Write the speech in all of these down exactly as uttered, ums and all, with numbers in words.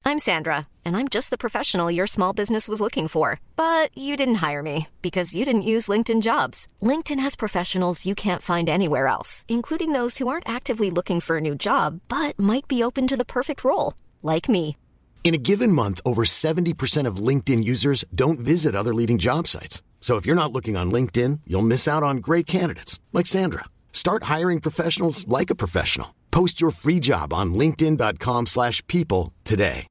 I'm Sandra, and I'm just the professional your small business was looking for. But you didn't hire me because you didn't use LinkedIn Jobs. LinkedIn has professionals you can't find anywhere else, including those who aren't actively looking for a new job, but might be open to the perfect role, like me. In a given month, over seventy percent of LinkedIn users don't visit other leading job sites. So if you're not looking on LinkedIn, you'll miss out on great candidates like Sandra. Start hiring professionals like a professional. Post your free job on linkedin.com slash people today.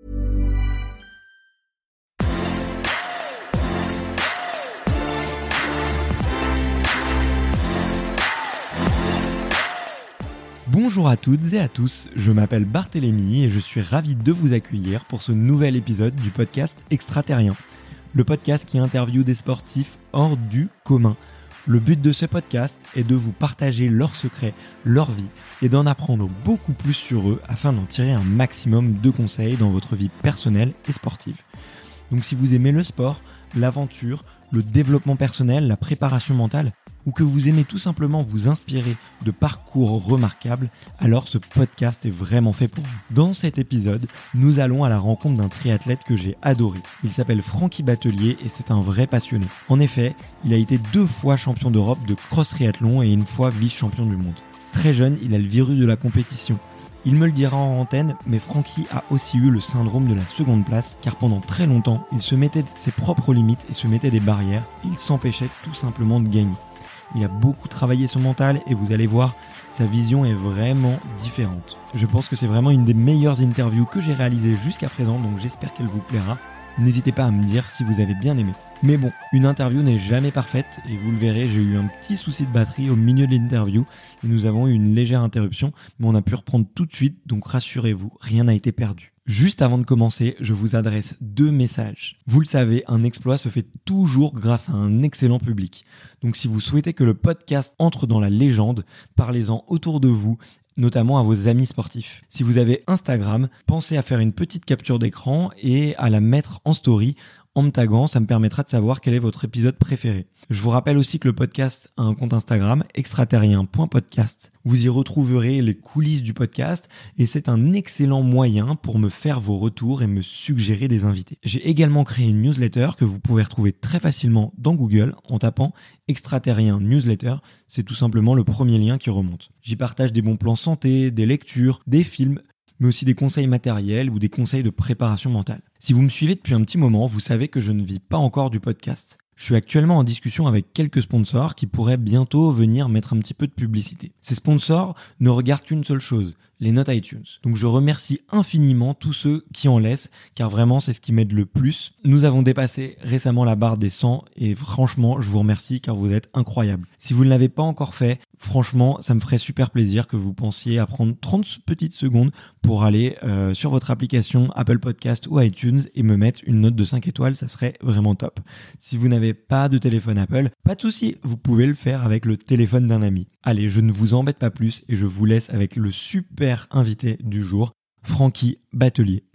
Bonjour à toutes et à tous, je m'appelle Barthélémy et je suis ravi de vous accueillir pour ce nouvel épisode du podcast Extraterrien. Le podcast qui interviewe des sportifs hors du commun. Le but de ce podcast est de vous partager leurs secrets, leur vie et d'en apprendre beaucoup plus sur eux afin d'en tirer un maximum de conseils dans votre vie personnelle et sportive. Donc si vous aimez le sport, l'aventure, le développement personnel, la préparation mentale ou que vous aimez tout simplement vous inspirer de parcours remarquables, alors ce podcast est vraiment fait pour vous. Dans cet épisode, nous allons à la rencontre d'un triathlète que j'ai adoré. Il s'appelle Francky Batelier et c'est un vrai passionné. En effet, il a été deux fois champion d'Europe de cross-triathlon et une fois vice-champion du monde. Très jeune, il a le virus de la compétition. Il me le dira en antenne, mais Francky a aussi eu le syndrome de la seconde place, car pendant très longtemps, il se mettait ses propres limites et se mettait des barrières. Il s'empêchait tout simplement de gagner. Il a beaucoup travaillé son mental et vous allez voir, sa vision est vraiment différente. Je pense que c'est vraiment une des meilleures interviews que j'ai réalisées jusqu'à présent, donc j'espère qu'elle vous plaira. N'hésitez pas à me dire si vous avez bien aimé. Mais bon, une interview n'est jamais parfaite et vous le verrez, j'ai eu un petit souci de batterie au milieu de l'interview et nous avons eu une légère interruption, mais on a pu reprendre tout de suite, donc rassurez-vous, rien n'a été perdu. Juste avant de commencer, je vous adresse deux messages. Vous le savez, un exploit se fait toujours grâce à un excellent public. Donc si vous souhaitez que le podcast entre dans la légende, parlez-en autour de vous, notamment à vos amis sportifs. Si vous avez Instagram, pensez à faire une petite capture d'écran et à la mettre en story en me taguant, ça me permettra de savoir quel est votre épisode préféré. Je vous rappelle aussi que le podcast a un compte Instagram, extraterrien point podcast. Vous y retrouverez les coulisses du podcast et c'est un excellent moyen pour me faire vos retours et me suggérer des invités. J'ai également créé une newsletter que vous pouvez retrouver très facilement dans Google en tapant Extraterrien Newsletter. C'est tout simplement le premier lien qui remonte. J'y partage des bons plans santé, des lectures, des films, mais aussi des conseils matériels ou des conseils de préparation mentale. Si vous me suivez depuis un petit moment, vous savez que je ne vis pas encore du podcast. Je suis actuellement en discussion avec quelques sponsors qui pourraient bientôt venir mettre un petit peu de publicité. Ces sponsors ne regardent qu'une seule chose, les notes iTunes. Donc je remercie infiniment tous ceux qui en laissent, car vraiment c'est ce qui m'aide le plus. Nous avons dépassé récemment la barre des cent et franchement je vous remercie car vous êtes incroyables. Si vous ne l'avez pas encore fait, franchement ça me ferait super plaisir que vous pensiez à prendre trente petites secondes pour aller euh, sur votre application Apple Podcast ou iTunes et me mettre une note de cinq étoiles, ça serait vraiment top. Si vous n'avez pas de téléphone Apple, pas de souci, vous pouvez le faire avec le téléphone d'un ami. Allez, je ne vous embête pas plus et je vous laisse avec le super invité du jour, Francky Batelier.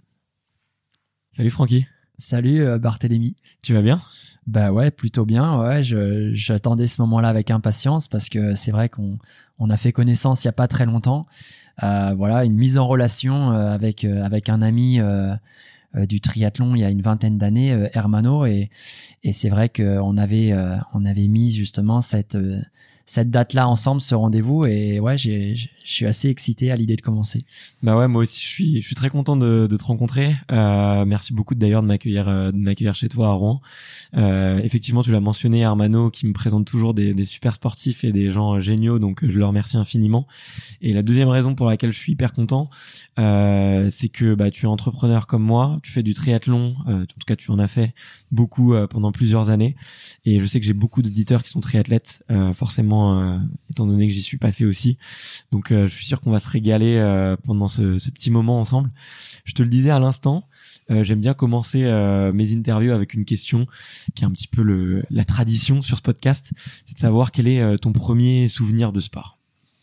Salut Francky. Salut euh, Barthélémy. Tu vas bien ? Bah ouais, plutôt bien. Ouais, je, j'attendais ce moment-là avec impatience parce que c'est vrai qu'on on a fait connaissance il y a pas très longtemps. Euh, voilà, une mise en relation euh, avec euh, avec un ami euh, euh, du triathlon il y a une vingtaine d'années, euh, Hermano, et et c'est vrai que on avait euh, on avait mis justement cette euh, cette date-là ensemble, ce rendez-vous, et ouais, j'ai, je suis assez excité à l'idée de commencer. Bah ouais, moi aussi, je suis, je suis très content de, de te rencontrer. Euh, merci beaucoup d'ailleurs de m'accueillir, de m'accueillir chez toi à Rouen. Euh, effectivement, tu l'as mentionné, Hermano, qui me présente toujours des, des super sportifs et des gens géniaux, donc je le remercie infiniment. Et la deuxième raison pour laquelle je suis hyper content, euh, c'est que bah tu es entrepreneur comme moi, tu fais du triathlon, euh, en tout cas tu en as fait beaucoup euh, pendant plusieurs années, et je sais que j'ai beaucoup d'auditeurs qui sont triathlètes, euh, forcément. Euh, étant donné que j'y suis passé aussi, donc euh, je suis sûr qu'on va se régaler euh, pendant ce, ce petit moment ensemble. Je te le disais à l'instant, euh, j'aime bien commencer euh, mes interviews avec une question qui est un petit peu le, la tradition sur ce podcast, c'est de savoir quel est euh, ton premier souvenir de sport.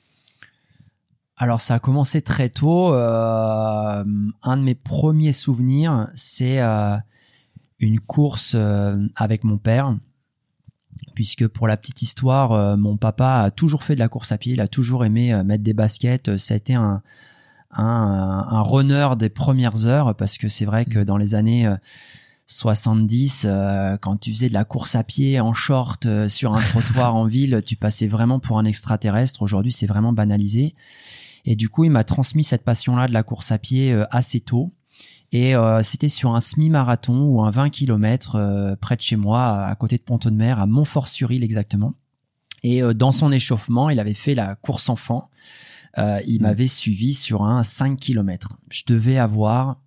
Alors ça a commencé très tôt. Euh, un de mes premiers souvenirs, c'est euh, une course euh, avec mon père. Puisque pour la petite histoire, euh, mon papa a toujours fait de la course à pied, il a toujours aimé euh, mettre des baskets, ça a été un, un, un runner des premières heures, parce que c'est vrai que dans les années soixante-dix, euh, quand tu faisais de la course à pied en short euh, sur un trottoir en ville, tu passais vraiment pour un extraterrestre. Aujourd'hui, c'est vraiment banalisé. Et du coup, il m'a transmis cette passion-là de la course à pied euh, assez tôt. Et euh, c'était sur un semi-marathon ou un vingt kilomètres euh, près de chez moi, à côté de Pont-de-Mer, à Montfort-sur-Île exactement. Et euh, dans son échauffement, il avait fait la course enfant. Euh, il mmh. m'avait suivi sur un cinq kilomètres. Je devais avoir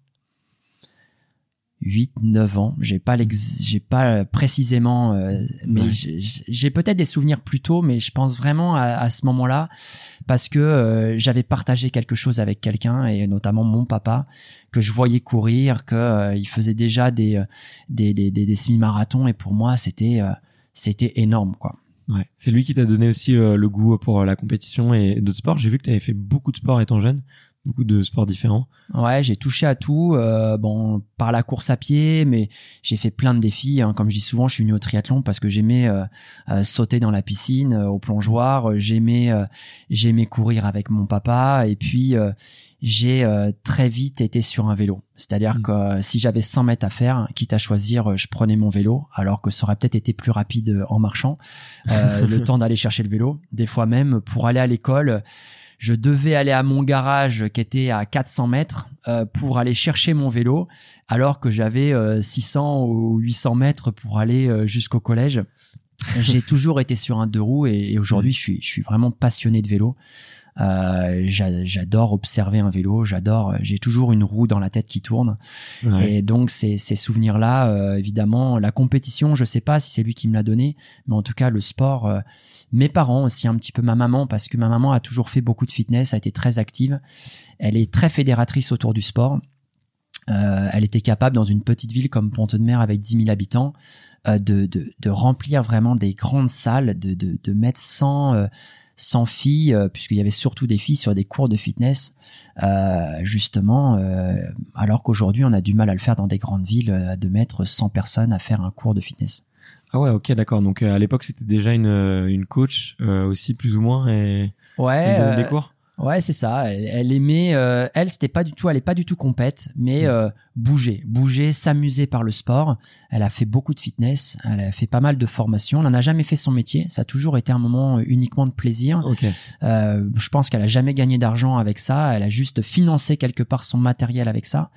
huit neuf ans, j'ai pas l'ex... j'ai pas précisément euh, mais ouais. j'ai, j'ai peut-être des souvenirs plus tôt, mais je pense vraiment à, à ce moment-là parce que euh, j'avais partagé quelque chose avec quelqu'un, et notamment mon papa, que je voyais courir, que euh, il faisait déjà des des des des, des semi-marathons, et pour moi c'était euh, c'était énorme quoi. Ouais, c'est lui qui t'a donné aussi euh, le goût pour la compétition et d'autres sports. J'ai vu que tu avais fait beaucoup de sports étant jeune. Beaucoup de sports différents. Ouais, j'ai touché à tout. Euh, bon, par la course à pied, mais j'ai fait plein de défis. Hein. Comme je dis souvent, je suis venu au triathlon parce que j'aimais euh, euh, sauter dans la piscine, euh, au plongeoir. J'aimais, euh, j'aimais courir avec mon papa. Et puis, euh, j'ai euh, très vite été sur un vélo. C'est-à-dire mmh. que euh, si j'avais cent mètres à faire, quitte à choisir, je prenais mon vélo, alors que ça aurait peut-être été plus rapide en marchant. Euh, le temps d'aller chercher le vélo. Des fois même, pour aller à l'école, je devais aller à mon garage qui était à quatre cents mètres euh, pour aller chercher mon vélo, alors que j'avais euh, six cents ou huit cents mètres pour aller euh, jusqu'au collège. J'ai toujours été sur un deux roues, et, et aujourd'hui, je suis, je suis vraiment passionné de vélo. Euh, j'a, j'adore observer un vélo, j'adore, j'ai toujours une roue dans la tête qui tourne. Ouais. Et donc ces, ces souvenirs-là, euh, évidemment, la compétition, je sais pas si c'est lui qui me l'a donné, mais en tout cas le sport, euh, mes parents aussi, un petit peu ma maman, parce que ma maman a toujours fait beaucoup de fitness, a été très active. Elle est très fédératrice autour du sport. Euh, elle était capable, dans une petite ville comme Pont-de-Mer avec dix mille habitants, euh, de, de, de remplir vraiment des grandes salles, de, de, de mettre cent, euh, cent filles, euh, puisqu'il y avait surtout des filles sur des cours de fitness, euh, justement, euh, alors qu'aujourd'hui, on a du mal à le faire dans des grandes villes, euh, de mettre cent personnes à faire un cours de fitness. Ah ouais, ok, d'accord. Donc euh, à l'époque, c'était déjà une, une coach euh, aussi, plus ou moins, et ouais, elle donnait des cours. Ouais, c'est ça. Elle, elle aimait, euh, elle, c'était pas du tout, elle est pas du tout compète, mais euh, bouger, bouger, s'amuser par le sport. Elle a fait beaucoup de fitness, elle a fait pas mal de formations. Elle n'en a jamais fait son métier. Ça a toujours été un moment uniquement de plaisir. Okay. Euh, je pense qu'elle a jamais gagné d'argent avec ça. Elle a juste financé quelque part son matériel avec ça.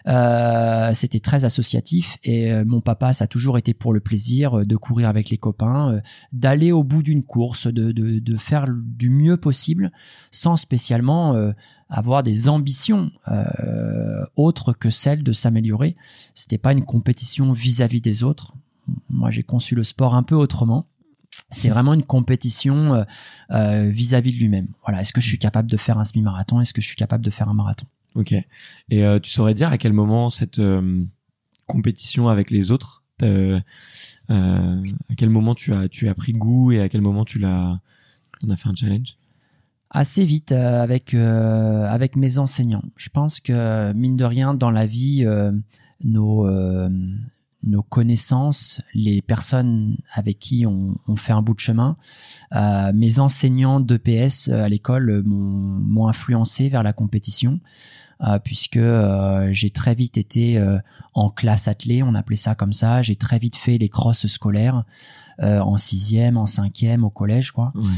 Euh, c'était très associatif, et euh, mon papa, ça a toujours été pour le plaisir, euh, de courir avec les copains, euh, d'aller au bout d'une course, de, de, de faire du mieux possible, sans spécialement euh, avoir des ambitions euh, autres que celles de s'améliorer. C'était pas une compétition vis-à-vis des autres. Moi, j'ai conçu le sport un peu autrement. C'était vraiment une compétition euh, euh, vis-à-vis de lui-même. Voilà, est-ce que je suis capable de faire un semi-marathon ? Est-ce que je suis capable de faire un marathon ? Ok. Et euh, tu saurais dire à quel moment cette euh, compétition avec les autres, euh, euh, à quel moment tu as tu as pris goût, et à quel moment tu l'as, t'en as fait un challenge ? Assez vite euh, avec euh, avec mes enseignants. Je pense que mine de rien dans la vie, euh, nos euh, nos connaissances, les personnes avec qui on, on fait un bout de chemin, euh, mes enseignants d'E P S à l'école m'ont m'ont influencé vers la compétition. Euh, puisque euh, j'ai très vite été euh, en classe athlée, on appelait ça comme ça. J'ai très vite fait les crosses scolaires euh, en sixième, en cinquième, au collège, quoi. Ouais.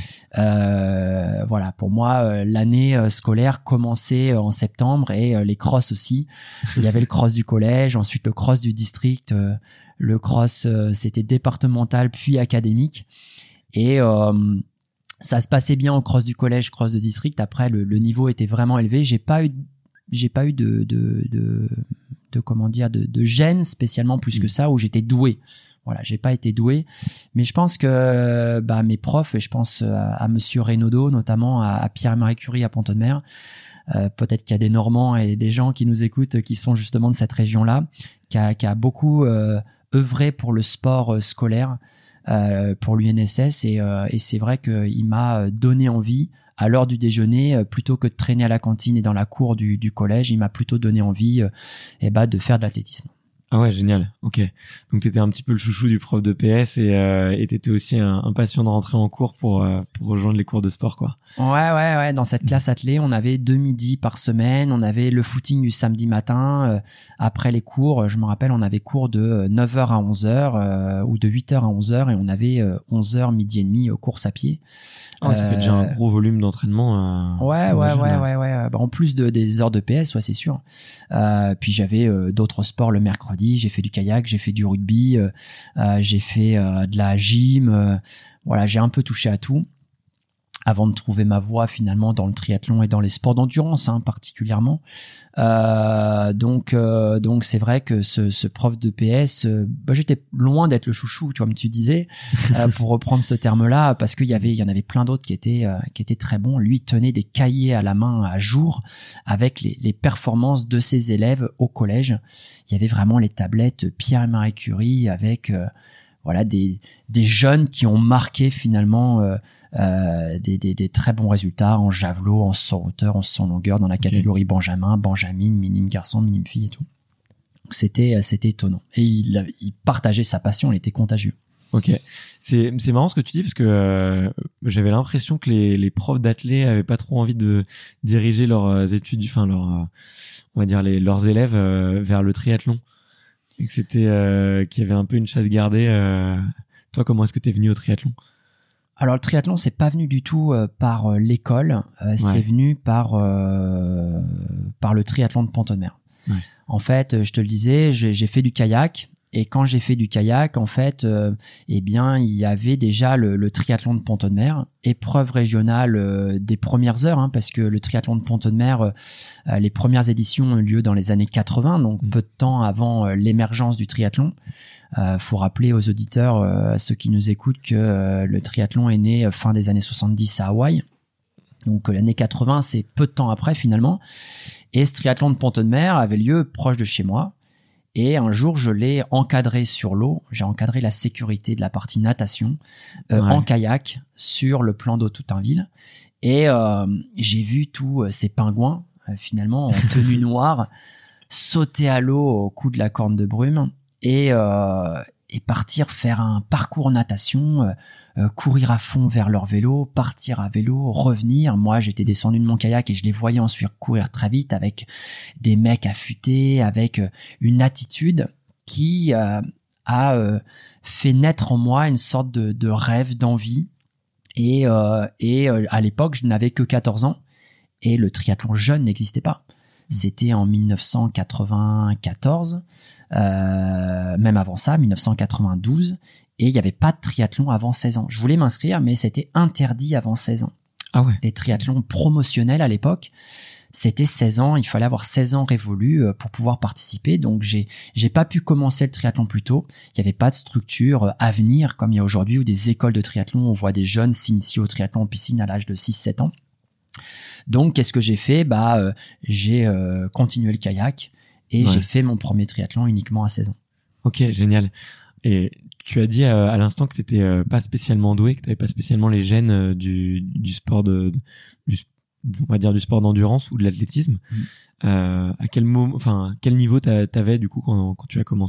Euh, voilà, pour moi, euh, l'année euh, scolaire commençait euh, en septembre, et euh, les crosses aussi. Il y avait le cross du collège, ensuite le cross du district, euh, le cross euh, c'était départemental puis académique, et euh, ça se passait bien au cross du collège, cross de district. Après, le, le niveau était vraiment élevé. J'ai pas eu j'ai pas eu de de de, de comment dire de, de gêne spécialement plus mmh. que ça, où j'étais doué. Voilà, j'ai pas été doué, mais je pense que bah mes profs, et je pense à, à Monsieur Renaudot, notamment à, à Pierre-Marie Curie à Pont-de-Mer, euh, peut-être qu'il y a des Normands et des gens qui nous écoutent qui sont justement de cette région-là, qui a, qui a beaucoup euh, œuvré pour le sport euh, scolaire, euh, pour l'U N S S, et, euh, et c'est vrai qu'il m'a donné envie. À l'heure du déjeuner, euh, plutôt que de traîner à la cantine et dans la cour du, du collège, il m'a plutôt donné envie euh, eh ben, de faire de l'athlétisme. Ah ouais, génial. Ok. Donc t'étais un petit peu le chouchou du prof de P S et euh, et t'étais aussi un, un patient de rentrer en cours pour euh, pour rejoindre les cours de sport, quoi. Ouais, ouais, ouais. Dans cette classe athlée, on avait deux midis par semaine. On avait le footing du samedi matin. Euh, après les cours, je me rappelle, on avait cours de neuf heures à onze heures euh, ou de huit heures à onze heures et on avait euh, onze heures, midi et demi, euh, course à pied. Ah, ça fait déjà un gros volume d'entraînement. Euh, ouais, ouais, ouais, ouais, ouais. Bah, en plus de des heures de P S, ouais, c'est sûr. Euh, puis j'avais euh, d'autres sports le mercredi. J'ai fait du kayak, j'ai fait du rugby, euh, euh, j'ai fait euh, de la gym. Euh, voilà, j'ai un peu touché à tout avant de trouver ma voie finalement dans le triathlon et dans les sports d'endurance, hein, particulièrement. Euh, donc, euh, donc c'est vrai que ce, ce prof de P S, euh, bah, j'étais loin d'être le chouchou, tu vois, comme tu disais, euh, pour reprendre ce terme-là, parce qu'il y avait, il y en avait plein d'autres qui étaient, euh, qui étaient très bons. Lui tenait des cahiers à la main à jour avec les, les performances de ses élèves au collège. Il y avait vraiment les tablettes Pierre et Marie Curie avec euh, voilà des des jeunes qui ont marqué finalement euh, euh, des, des des très bons résultats en javelot, en saut hauteur, en saut longueur dans la okay. catégorie Benjamin, Benjamine, minime garçon, minime fille et tout. Donc c'était c'était étonnant et il il partageait sa passion, il était contagieux. Ok, c'est c'est marrant ce que tu dis parce que euh, j'avais l'impression que les les profs d'athlé avaient pas trop envie de diriger leurs études, enfin leurs euh, on va dire les leurs élèves euh, vers le triathlon. Et que c'était euh, qu'il y avait un peu une chasse gardée. Euh... Toi, comment est-ce que t'es venu au triathlon ? Alors le triathlon, c'est pas venu du tout euh, par euh, l'école, euh, ouais. c'est venu par euh, par le triathlon de Pont-de-Mer. Ouais. En fait, je te le disais, j'ai, j'ai fait du kayak. Et quand j'ai fait du kayak, en fait, euh, eh bien, il y avait déjà le, le triathlon de Pont-de-Mer, épreuve régionale euh, des premières heures, hein, parce que le triathlon de Pont-de-Mer, euh, les premières éditions ont eu lieu dans les années quatre-vingts, donc mmh. peu de temps avant euh, l'émergence du triathlon. Euh, faut rappeler aux auditeurs, euh, à ceux qui nous écoutent, que euh, le triathlon est né euh, fin des années soixante-dix à Hawaï. Donc euh, l'année quatre-vingts, c'est peu de temps après finalement. Et ce triathlon de Pont-de-Mer avait lieu proche de chez moi. Et un jour, je l'ai encadré sur l'eau. J'ai encadré la sécurité de la partie natation euh, ouais. en kayak sur le plan d'eau Toutainville. Et euh, j'ai vu tous euh, ces pingouins, euh, finalement, en tenue noire, sauter à l'eau au coup de la corne de brume et, euh, et partir faire un parcours natation, euh, euh, courir à fond vers leur vélo, partir à vélo, revenir. Moi, j'étais descendu de mon kayak et je les voyais ensuite courir très vite avec des mecs affûtés, avec euh, une attitude qui euh, a euh, fait naître en moi une sorte de, de rêve, d'envie. Et, euh, et euh, à l'époque, je n'avais que quatorze ans et le triathlon jeune n'existait pas. C'était en dix-neuf cent quatre-vingt-quatorze, euh, même avant ça, dix-neuf cent quatre-vingt-douze, et il n'y avait pas de triathlon avant seize ans. Je voulais m'inscrire, mais c'était interdit avant seize ans. Ah ouais. Les triathlons promotionnels à l'époque, c'était seize ans, il fallait avoir seize ans révolus pour pouvoir participer, donc j'ai j'ai pas pu commencer le triathlon plus tôt. Il n'y avait pas de structure à venir comme il y a aujourd'hui, ou des écoles de triathlon, on voit des jeunes s'initier au triathlon en piscine à l'âge de six sept ans. Donc, qu'est-ce que j'ai fait ? Bah, euh, j'ai euh, continué le kayak et ouais. j'ai fait mon premier triathlon uniquement à seize ans. Ok, génial. Et tu as dit euh, à l'instant que tu n'étais euh, pas spécialement doué, que tu n'avais pas spécialement les gènes euh, du, du sport de, du, on va dire du sport d'endurance ou de l'athlétisme. Mmh. Euh, à quel moment, enfin, quel niveau t'avais du coup quand, quand tu as commencé ?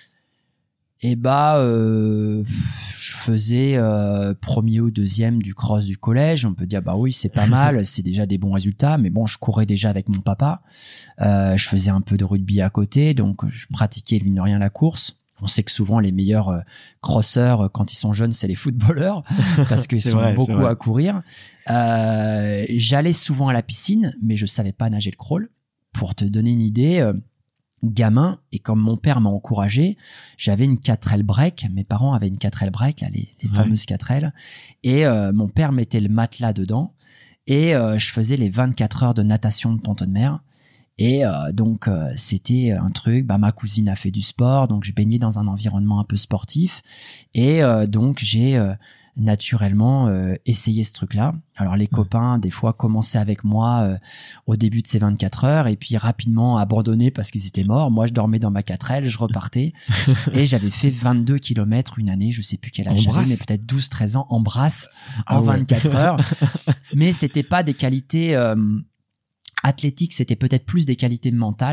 Et bah, euh, je faisais euh, premier ou deuxième du cross du collège. On peut dire bah oui, c'est pas mal, c'est déjà des bons résultats. Mais bon, je courais déjà avec mon papa. Euh, je faisais un peu de rugby à côté, donc je pratiquais mine de rien la course. On sait que souvent les meilleurs euh, crosseurs quand ils sont jeunes, c'est les footballeurs parce qu'ils sont vrai, beaucoup à courir. Euh, j'allais souvent à la piscine, mais je savais pas nager le crawl. Pour te donner une idée. Euh, gamin, et comme mon père m'a encouragé, j'avais une quatre L break, mes parents avaient une quatre L break, là, les, les ouais. fameuses quatre L, et euh, mon père mettait le matelas dedans, et euh, je faisais les vingt-quatre heures de natation de Pont-de-Mer, et euh, donc euh, c'était un truc, bah ma cousine a fait du sport, donc je baignais dans un environnement un peu sportif, et euh, donc j'ai euh, naturellement euh, essayé ce truc-là. Alors les copains des fois commençaient avec moi euh, au début de ces vingt-quatre heures et puis rapidement abandonnaient parce qu'ils étaient morts. Moi je dormais dans ma quatre L, je repartais et j'avais fait vingt-deux kilomètres une année, je sais plus quel âge j'avais, mais peut-être douze treize ans en brasse en ah ouais. vingt-quatre heures. Mais c'était pas des qualités euh, athlétiques, c'était peut-être plus des qualités mentales.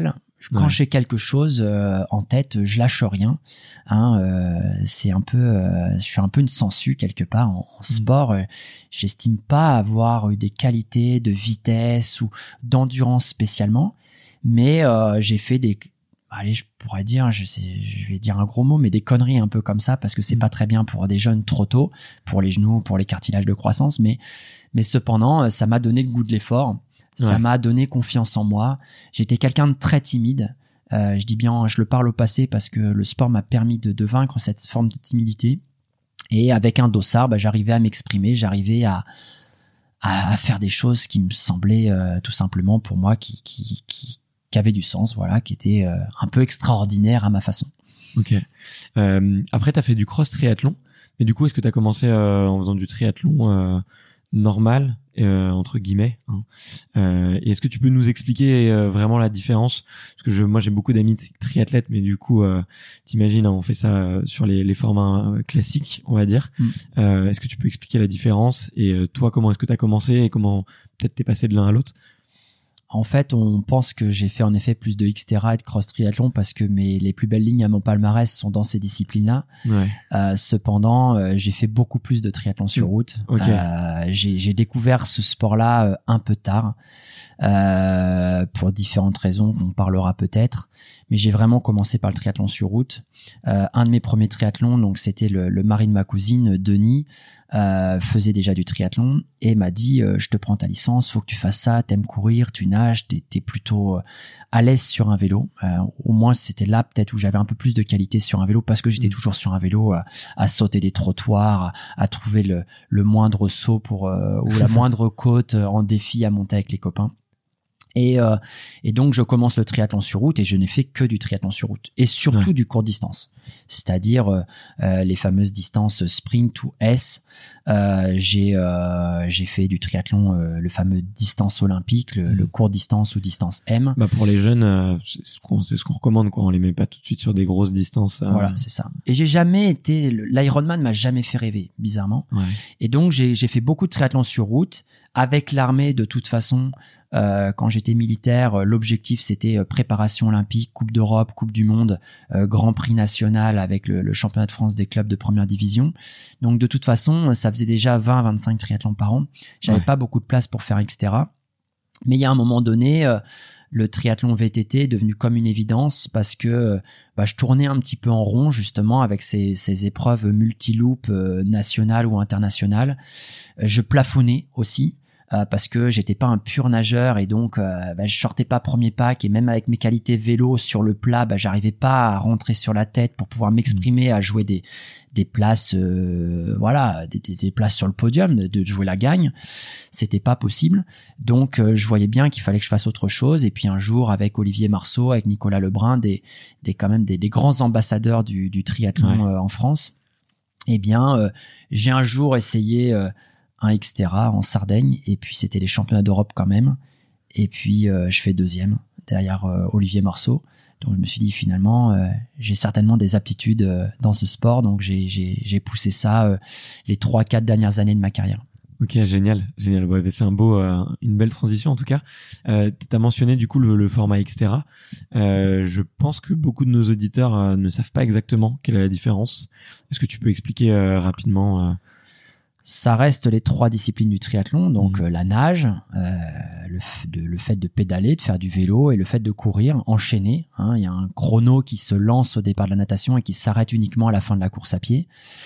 Quand Ouais. j'ai quelque chose euh, en tête, je lâche rien. Hein, euh, c'est un peu, euh, je suis un peu une sangsue quelque part en, en sport. Euh, j'estime pas avoir eu des qualités de vitesse ou d'endurance spécialement, mais euh, j'ai fait des, allez, je pourrais dire, je sais, je vais dire un gros mot, mais des conneries un peu comme ça parce que c'est pas très bien pour des jeunes trop tôt, pour les genoux, pour les cartilages de croissance, mais mais cependant, ça m'a donné le goût de l'effort. Ça Ouais. m'a donné confiance en moi. J'étais quelqu'un de très timide. Euh, je dis bien, je le parle au passé parce que le sport m'a permis de, de vaincre cette forme de timidité. Et avec un dossard, bah, j'arrivais à m'exprimer, j'arrivais à, à, à faire des choses qui me semblaient euh, tout simplement pour moi qui, qui, qui, qui avaient du sens, voilà, qui étaient euh, un peu extraordinaires à ma façon. Ok. Euh, après, tu as fait du cross triathlon. Mais du coup, est-ce que tu as commencé euh, en faisant du triathlon euh, normal, euh, entre guillemets, hein. Euh, et est-ce que tu peux nous expliquer euh, vraiment la différence? Parce que je, moi, j'ai beaucoup d'amis triathlètes, mais du coup, euh, t'imagines, hein, on fait ça euh, sur les, les formats euh, classiques, on va dire. Mm. Euh, est-ce que tu peux expliquer la différence? Et euh, toi, comment est-ce que tu as commencé et comment peut-être t'es passé de l'un à l'autre? En fait, on pense que j'ai fait en effet plus de Xterra et de cross triathlon parce que mes, les plus belles lignes à mon palmarès sont dans ces disciplines-là. Ouais. Euh, cependant, euh, j'ai fait beaucoup plus de triathlon sur route. Ok. Euh, j'ai, j'ai découvert ce sport-là euh, un peu tard, euh, pour différentes raisons qu'on parlera peut-être. Mais j'ai vraiment commencé par le triathlon sur route. Euh, un de mes premiers triathlons, donc c'était le, le mari de ma cousine, Denis, euh, faisait déjà du triathlon et m'a dit euh, je te prends ta licence, faut que tu fasses ça, t'aimes courir, tu nages, t'es, t'es plutôt à l'aise sur un vélo. Euh, au moins c'était là peut-être où j'avais un peu plus de qualité sur un vélo parce que j'étais toujours sur un vélo à, à sauter des trottoirs, à, à trouver le, le moindre saut pour euh, ou la moindre côte en défi à monter avec les copains. Et, euh, et donc, je commence le triathlon sur route et je n'ai fait que du triathlon sur route et surtout Ouais. du court distance, c'est-à-dire euh, euh, les fameuses distances sprint ou S. Euh, j'ai euh, j'ai fait du triathlon, euh, le fameux distance olympique, le, le court distance ou distance M. Bah pour les jeunes, euh, c'est ce qu'on c'est ce qu'on recommande, quoi. On les met pas tout de suite sur des grosses distances. euh. Voilà, c'est ça. Et j'ai jamais été, l'Ironman m'a jamais fait rêver, bizarrement. Ouais. Et donc, j'ai, j'ai fait beaucoup de triathlon sur route. Avec l'armée, de toute façon, euh, quand j'étais militaire, euh, l'objectif, c'était euh, préparation olympique, Coupe d'Europe, Coupe du Monde, euh, Grand Prix national avec le, le championnat de France des clubs de première division. Donc, de toute façon, ça faisait déjà vingt à vingt-cinq triathlons par an. J'avais Ouais. pas beaucoup de place pour faire et cetera. Mais il y a un moment donné, euh, le triathlon V T T est devenu comme une évidence parce que bah, je tournais un petit peu en rond justement avec ces, ces épreuves multi-loop euh, nationales ou internationales. Euh, je plafonnais aussi euh, parce que j'étais pas un pur nageur et donc euh, bah, je sortais pas premier pack et même avec mes qualités vélo sur le plat, bah, j'arrivais pas à rentrer sur la tête pour pouvoir m'exprimer, à jouer des des places, euh, voilà, des, des, des places sur le podium, de, de jouer la gagne. C'était pas possible. Donc, euh, je voyais bien qu'il fallait que je fasse autre chose. Et puis un jour, avec Olivier Marceau, avec Nicolas Lebrun, des, des quand même des, des grands ambassadeurs du, du triathlon Ouais. euh, en France. Eh bien, euh, j'ai un jour essayé euh, un Xterra en Sardaigne. Et puis, c'était les championnats d'Europe quand même. Et puis, euh, je fais deuxième derrière euh, Olivier Marceau. Donc je me suis dit finalement euh, j'ai certainement des aptitudes euh, dans ce sport, donc j'ai j'ai j'ai poussé ça euh, les trois quatre dernières années de ma carrière. Ok, génial, génial. Ouais, c'est un beau, euh, une belle transition en tout cas. Euh, t'as mentionné du coup le, le format Xterra. Euh, je pense que beaucoup de nos auditeurs euh, ne savent pas exactement quelle est la différence. Est-ce que tu peux expliquer euh, rapidement euh... Ça reste les trois disciplines du triathlon, donc Mmh. euh, la nage, euh, le, f- de, le fait de pédaler, de faire du vélo et le fait de courir, enchaîner. Hein, il y a un chrono qui se lance au départ de la natation et qui s'arrête uniquement à la fin de la course à pied.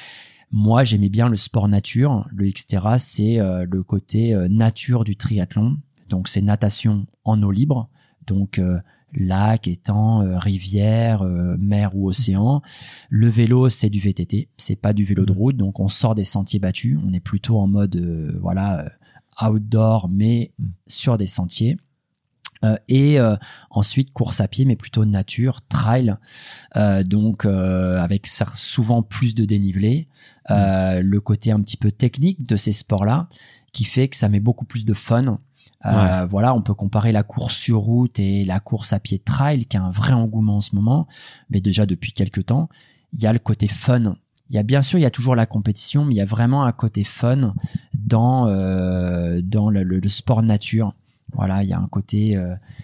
Moi, j'aimais bien le sport nature. Le Xterra, c'est euh, le côté euh, nature du triathlon. Donc, c'est natation en eau libre. Donc, euh, lac, étang, euh, rivière, euh, mer ou océan. Le vélo, c'est du V T T. C'est pas du vélo de route. Donc, on sort des sentiers battus. On est plutôt en mode, euh, voilà, euh, outdoor, mais sur des sentiers. Euh, et euh, ensuite course à pied, mais plutôt nature, trail, euh, donc euh, avec souvent plus de dénivelé, euh, le côté un petit peu technique de ces sports-là, qui fait que ça met beaucoup plus de fun. Euh, Ouais. Voilà, on peut comparer la course sur route et la course à pied trail, qui a un vrai engouement en ce moment, mais déjà depuis quelques temps, il y a le côté fun. Il y a bien sûr, il y a toujours la compétition, mais il y a vraiment un côté fun dans euh, dans le, le, le sport nature. Voilà, il y a un côté. Euh,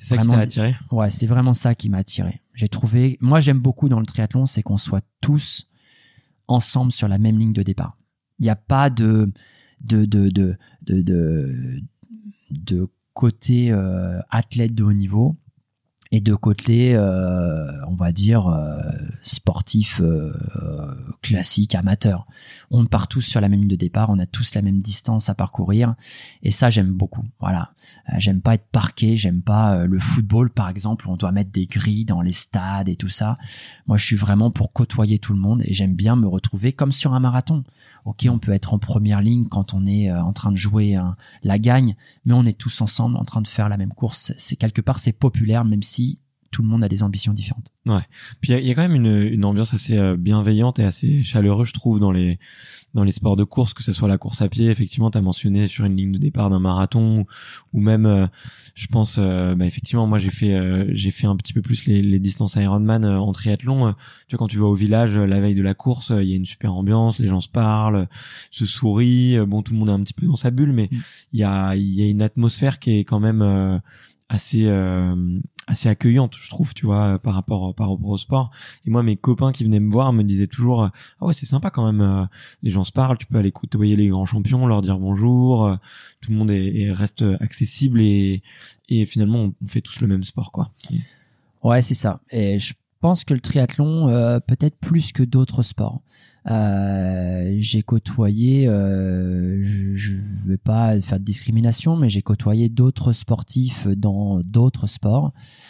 C'est ça vraiment, qui t'a attiré? Ouais, c'est vraiment ça qui m'a attiré. J'ai trouvé, moi j'aime beaucoup dans le triathlon, c'est qu'on soit tous ensemble sur la même ligne de départ. Il n'y a pas de de de de de de, de côté euh, athlète de haut niveau et de côté, euh, on va dire, euh, sportif euh, euh, classique, amateur. On part tous sur la même ligne de départ, on a tous la même distance à parcourir, et ça, j'aime beaucoup. Voilà, euh, j'aime pas être parqué, j'aime pas euh, le football, par exemple, où on doit mettre des grilles dans les stades et tout ça. Moi, je suis vraiment pour côtoyer tout le monde, et j'aime bien me retrouver comme sur un marathon. Ok, on peut être en première ligne quand on est euh, en train de jouer hein, la gagne, mais on est tous ensemble en train de faire la même course. C'est quelque part, c'est populaire, même si tout le monde a des ambitions différentes. Ouais. Puis il y, y a quand même une, une ambiance assez euh, bienveillante et assez chaleureuse, je trouve, dans les dans les sports de course, que ce soit la course à pied. Effectivement, t'as mentionné sur une ligne de départ d'un marathon, ou, ou même, euh, je pense, euh, bah effectivement, moi j'ai fait euh, j'ai fait un petit peu plus les, les distances Ironman euh, en triathlon. Euh, tu vois, quand tu vas au village euh, la veille de la course, il euh, y a une super ambiance, les gens se parlent, se sourient. Euh, bon, tout le monde est un petit peu dans sa bulle, mais il mmh. y a il y a une atmosphère qui est quand même euh, assez euh, assez accueillante, je trouve, tu vois, par rapport par rapport au sport. Et moi, mes copains qui venaient me voir me disaient toujours, ah ouais, c'est sympa quand même, euh, les gens se parlent, tu peux aller côtoyer les grands champions, leur dire bonjour, euh, tout le monde est, est reste accessible, et et finalement on fait tous le même sport, quoi. Ouais, c'est ça. Et je pense que le triathlon, euh, peut-être plus que d'autres sports. Euh, j'ai côtoyé, euh, je, je veux pas faire de discrimination, mais j'ai côtoyé d'autres sportifs dans d'autres sports.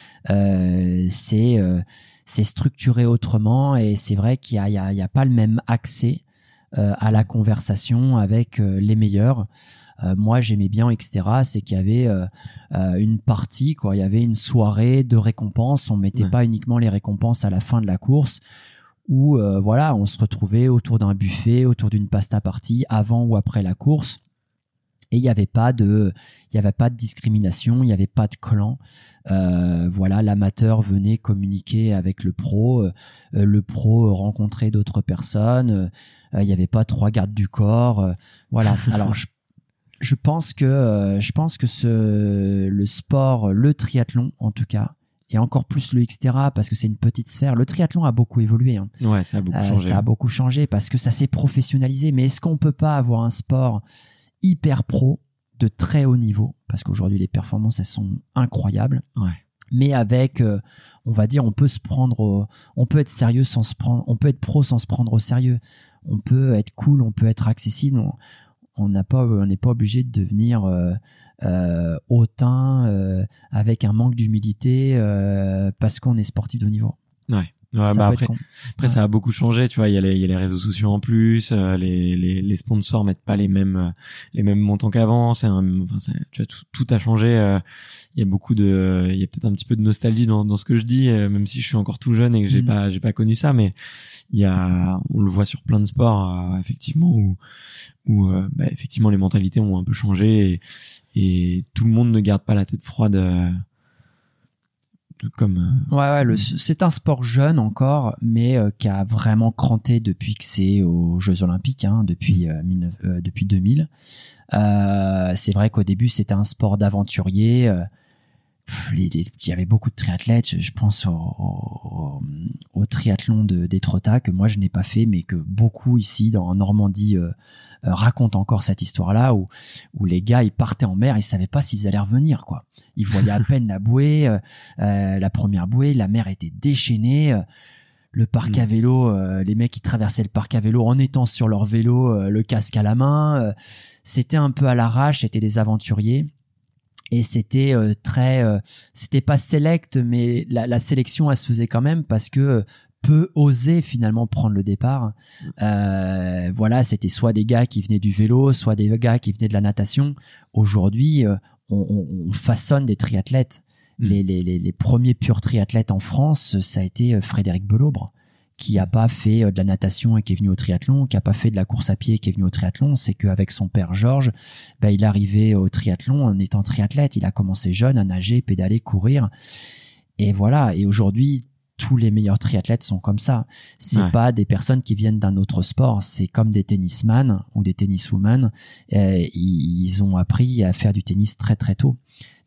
Euh, c'est euh, c'est structuré autrement, et c'est vrai qu'il y a il y a, il y a pas le même accès euh, à la conversation avec euh, les meilleurs. Euh, moi, j'aimais bien, et cetera. C'est qu'il y avait euh, euh, une partie, quoi. Il y avait une soirée de récompenses. On mettait ouais. pas uniquement les récompenses à la fin de la course, où euh, voilà, on se retrouvait autour d'un buffet, autour d'une pasta party, avant ou après la course, et il y avait pas de, il y avait pas de discrimination, il y avait pas de clan. Euh, voilà, l'amateur venait communiquer avec le pro, euh, le pro rencontrait d'autres personnes. Euh, il y avait pas trois gardes du corps. Euh, voilà. Alors je je pense que euh, je pense que ce le sport, le triathlon en tout cas, et encore plus le Xterra, parce que c'est une petite sphère. Le triathlon a beaucoup évolué. Hein. Ouais, ça a beaucoup euh, changé. Ça a beaucoup changé parce que ça s'est professionnalisé. Mais est-ce qu'on peut pas avoir un sport hyper pro, de très haut niveau, parce qu'aujourd'hui les performances elles sont incroyables. Ouais. Mais avec, euh, on va dire, on peut se prendre, au, on peut être sérieux sans se prendre, on peut être pro sans se prendre au sérieux. On peut être cool, on peut être accessible. On, on n'a pas, on n'est pas obligé de devenir euh, euh, hautain euh, avec un manque d'humilité euh, parce qu'on est sportif de haut niveau. Ouais. Ouais, bah après, après ouais. ça a beaucoup changé, tu vois. Il y a les, il y a les réseaux sociaux en plus, euh, les, les, les sponsors mettent pas les mêmes, euh, les mêmes montants qu'avant. C'est un, enfin, c'est, tu vois, tout, tout a changé. Euh, il y a beaucoup de, il y a peut-être un petit peu de nostalgie dans, dans ce que je dis, euh, même si je suis encore tout jeune et que j'ai mmh. pas, j'ai pas connu ça, mais il y a, on le voit sur plein de sports, euh, effectivement, où, où, euh, bah, effectivement, les mentalités ont un peu changé, et, et tout le monde ne garde pas la tête froide. Euh, Comme euh... ouais ouais le, c'est un sport jeune encore, mais euh, qui a vraiment cranté depuis que c'est aux Jeux Olympiques, hein, depuis euh, mille, euh, depuis deux mille. Euh, c'est vrai qu'au début c'était un sport d'aventurier. Euh, il y avait beaucoup de triathlètes. Je, je pense au, au, au triathlon de d'Étretat que moi je n'ai pas fait, mais que beaucoup ici dans en Normandie euh, euh, racontent encore cette histoire-là, où où les gars ils partaient en mer, ils savaient pas s'ils allaient revenir, quoi. Ils voyaient à peine la bouée, euh, euh, la première bouée, la mer était déchaînée. Euh, le parc mmh. à vélo, euh, les mecs qui traversaient le parc à vélo en étant sur leur vélo, euh, le casque à la main. Euh, c'était un peu à l'arrache, c'était des aventuriers. Et c'était euh, très, euh, c'était pas select, mais la, la sélection elle se faisait quand même parce que euh, peu osaient finalement prendre le départ. Euh, voilà, c'était soit des gars qui venaient du vélo, soit des gars qui venaient de la natation. Aujourd'hui, euh, on, on, on façonne des triathlètes. Mmh. Les, les, les, les premiers purs triathlètes en France, ça a été Frédéric Belaubre, qui a pas fait de la natation et qui est venu au triathlon, qui a pas fait de la course à pied et qui est venu au triathlon. C'est qu'avec son père Georges, bah, il est arrivé au triathlon en étant triathlète. Il a commencé jeune à nager, pédaler, courir. Et voilà. Et aujourd'hui, tous les meilleurs triathlètes sont comme ça. C'est ouais. pas des personnes qui viennent d'un autre sport. C'est comme des tennisman ou des tenniswomen. Euh, ils ont appris à faire du tennis très très tôt.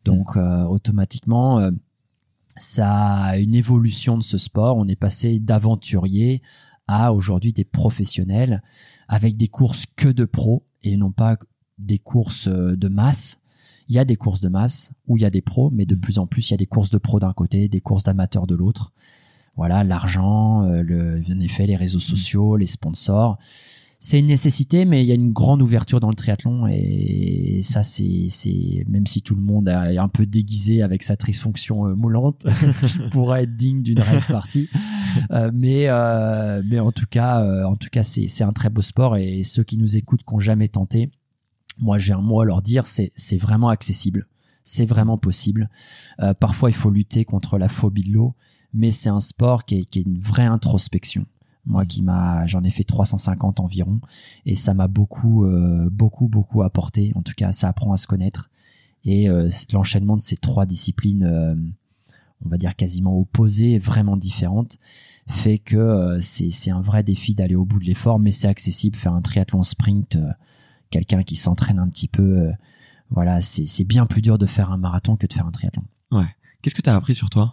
Donc euh, automatiquement, euh, ça a une évolution de ce sport. On est passé d'aventuriers à aujourd'hui des professionnels avec des courses que de pros et non pas des courses de masse. Il y a des courses de masse où il y a des pros, mais de plus en plus, il y a des courses de pros d'un côté, des courses d'amateurs de l'autre. Voilà, l'argent, euh, le, en effet, les réseaux sociaux, les sponsors. C'est une nécessité, mais il y a une grande ouverture dans le triathlon et ça, c'est, c'est même si tout le monde est un peu déguisé avec sa trifonction euh, moulante, qui pourrait être digne d'une rave party. Euh, mais euh, mais en tout cas, euh, en tout cas, c'est c'est un très beau sport et ceux qui nous écoutent, qui n'ont jamais tenté, moi j'ai un mot à leur dire, c'est c'est vraiment accessible, c'est vraiment possible. Euh, parfois, il faut lutter contre la phobie de l'eau, mais c'est un sport qui est qui est une vraie introspection. Moi qui m'a, j'en ai fait trois cent cinquante environ et ça m'a beaucoup, euh, beaucoup, beaucoup apporté. En tout cas, ça apprend à se connaître et euh, l'enchaînement de ces trois disciplines, euh, on va dire quasiment opposées, vraiment différentes, fait que euh, c'est, c'est un vrai défi d'aller au bout de l'effort, mais c'est accessible. Faire un triathlon sprint, euh, quelqu'un qui s'entraîne un petit peu, euh, voilà, c'est, c'est bien plus dur de faire un marathon que de faire un triathlon. Ouais. Qu'est-ce que tu as appris sur toi ?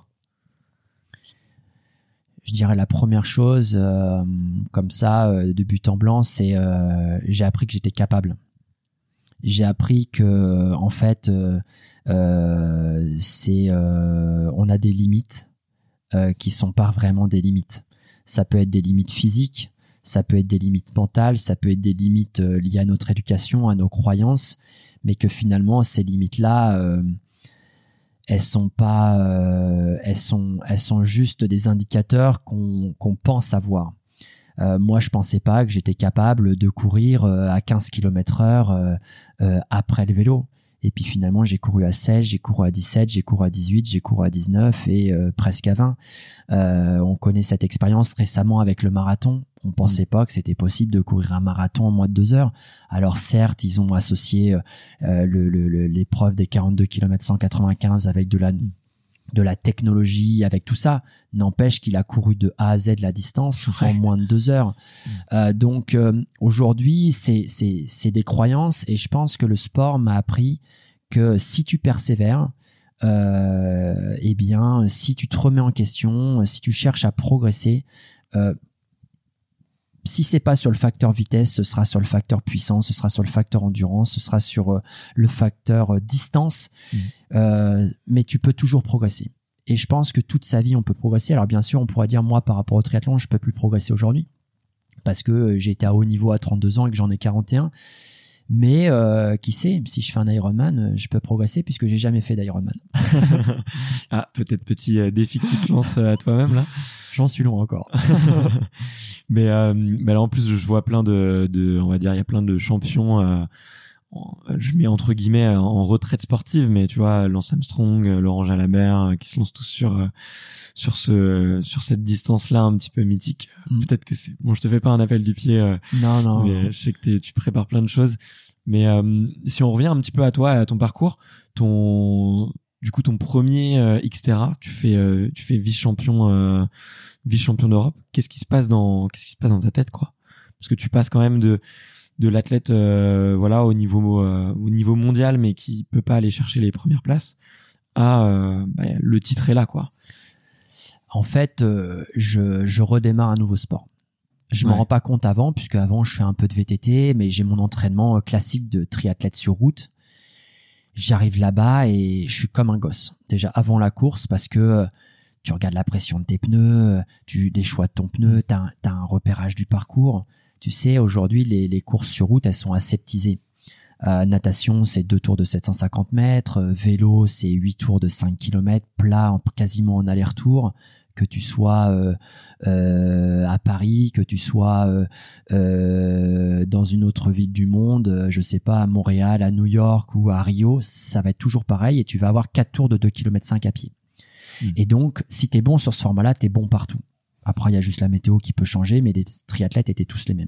Je dirais la première chose, euh, comme ça, euh, de but en blanc, c'est euh, j'ai appris que j'étais capable. J'ai appris que, en fait, euh, euh, c'est euh, on a des limites euh, qui sont pas vraiment des limites. Ça peut être des limites physiques, ça peut être des limites mentales, ça peut être des limites euh, liées à notre éducation, à nos croyances, mais que finalement ces limites-là, euh, elles sont pas, euh, elles sont, elles sont juste des indicateurs qu'on qu'on pense avoir. Euh, moi, je pensais pas que j'étais capable de courir euh, à quinze kilomètres heure euh, euh, après le vélo. Et puis finalement, j'ai couru à seize, j'ai couru à dix-sept, j'ai couru à dix-huit, j'ai couru à dix-neuf et euh, presque à vingt. Euh, on connaît cette expérience récemment avec le marathon. On pensait pas que c'était possible de courir un marathon en moins de deux heures. Alors certes, ils ont associé euh, le, le, le, l'épreuve des quarante-deux kilomètres cent quatre-vingt-quinze avec de la de la technologie, avec tout ça. N'empêche qu'il a couru de A à Z la distance ouais. en moins de deux heures. Mmh. Euh, donc euh, aujourd'hui, c'est c'est c'est des croyances et je pense que le sport m'a appris que si tu persévères, euh, eh bien, si tu te remets en question, si tu cherches à progresser, euh, si c'est pas sur le facteur vitesse, ce sera sur le facteur puissance, ce sera sur le facteur endurance, ce sera sur euh, le facteur euh, distance. Mmh. Euh, mais tu peux toujours progresser. Et je pense que toute sa vie, on peut progresser. Alors bien sûr, on pourrait dire, moi, par rapport au triathlon, je peux plus progresser aujourd'hui parce que euh, j'ai été à haut niveau à trente-deux ans et que j'en ai quarante et un. Mais euh, qui sait, si je fais un Ironman, je peux progresser puisque j'ai jamais fait d'Ironman. Ah, peut-être petit euh, défi que tu te lances à toi-même là. J'en suis loin encore. mais, euh, mais là en plus je vois plein de, de on va dire il y a plein de champions. Euh, en, je mets entre guillemets en retraite sportive, mais tu vois Lance Armstrong, Laurent Jalabert, euh, qui se lancent tous sur euh, sur ce sur cette distance là un petit peu mythique. Mm. Peut-être que c'est bon. Je te fais pas un appel du pied. Euh, non non. Mais je sais que t'es, tu prépares plein de choses. Mais euh, si on revient un petit peu à toi, à ton parcours, ton du coup ton premier euh, Xterra, tu fais euh, tu fais vice-champion euh, vice-champion d'Europe. Qu'est-ce qui se passe dans qu'est-ce qui se passe dans ta tête quoi? Parce que tu passes quand même de de l'athlète euh, voilà au niveau euh, au niveau mondial mais qui peut pas aller chercher les premières places à euh, bah, le titre est là quoi. En fait, euh, je je redémarre un nouveau sport. Je ouais. m'en rends pas compte avant puisque avant je fais un peu de V T T mais j'ai mon entraînement classique de triathlète sur route. J'arrive là-bas et je suis comme un gosse. Déjà avant la course parce que tu regardes la pression de tes pneus, tu les choix de ton pneu, t'as un, t'as un repérage du parcours. Tu sais, aujourd'hui, les, les courses sur route, elles sont aseptisées. Euh, natation, c'est deux tours de sept cent cinquante mètres. Vélo, c'est huit tours de cinq kilomètres. Plat, en, quasiment en aller-retour. Que tu sois euh, euh, à Paris, que tu sois euh, euh, dans une autre ville du monde, euh, je sais pas, à Montréal, à New York ou à Rio, ça va être toujours pareil et tu vas avoir quatre tours de deux kilomètres cinq à pied. Mmh. Et donc, si t'es bon sur ce format-là, t'es bon partout. Après, il y a juste la météo qui peut changer, mais les triathlètes étaient tous les mêmes.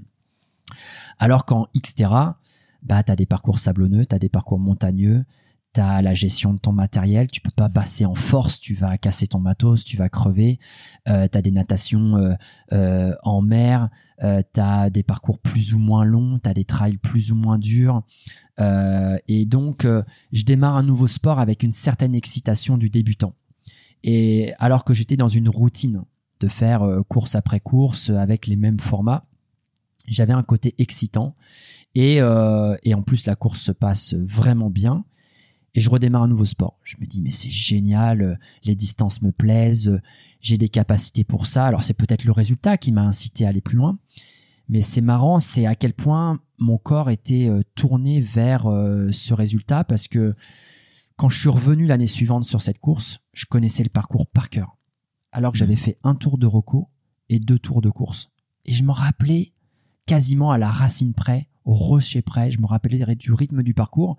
Alors qu'en Xterra, bah, t'as des parcours sablonneux, t'as des parcours montagneux, t'as la gestion de ton matériel, tu peux pas passer en force, tu vas casser ton matos, tu vas crever. Euh, t'as des natations euh, euh, en mer, euh, t'as des parcours plus ou moins longs, t'as des trails plus ou moins durs. Euh, et donc, euh, je démarre un nouveau sport avec une certaine excitation du débutant. Et alors que j'étais dans une routine de faire euh, course après course avec les mêmes formats, j'avais un côté excitant. Et, euh, et en plus, la course se passe vraiment bien. Et je redémarre un nouveau sport. Je me dis, mais c'est génial, les distances me plaisent, j'ai des capacités pour ça. Alors, c'est peut-être le résultat qui m'a incité à aller plus loin. Mais c'est marrant, c'est à quel point mon corps était euh, tourné vers euh, ce résultat, parce que quand je suis revenu l'année suivante sur cette course, je connaissais le parcours par cœur. Alors que j'avais fait un tour de reco et deux tours de course. Et je me rappelais quasiment à la racine près, au rocher près, je me rappelais du rythme du parcours.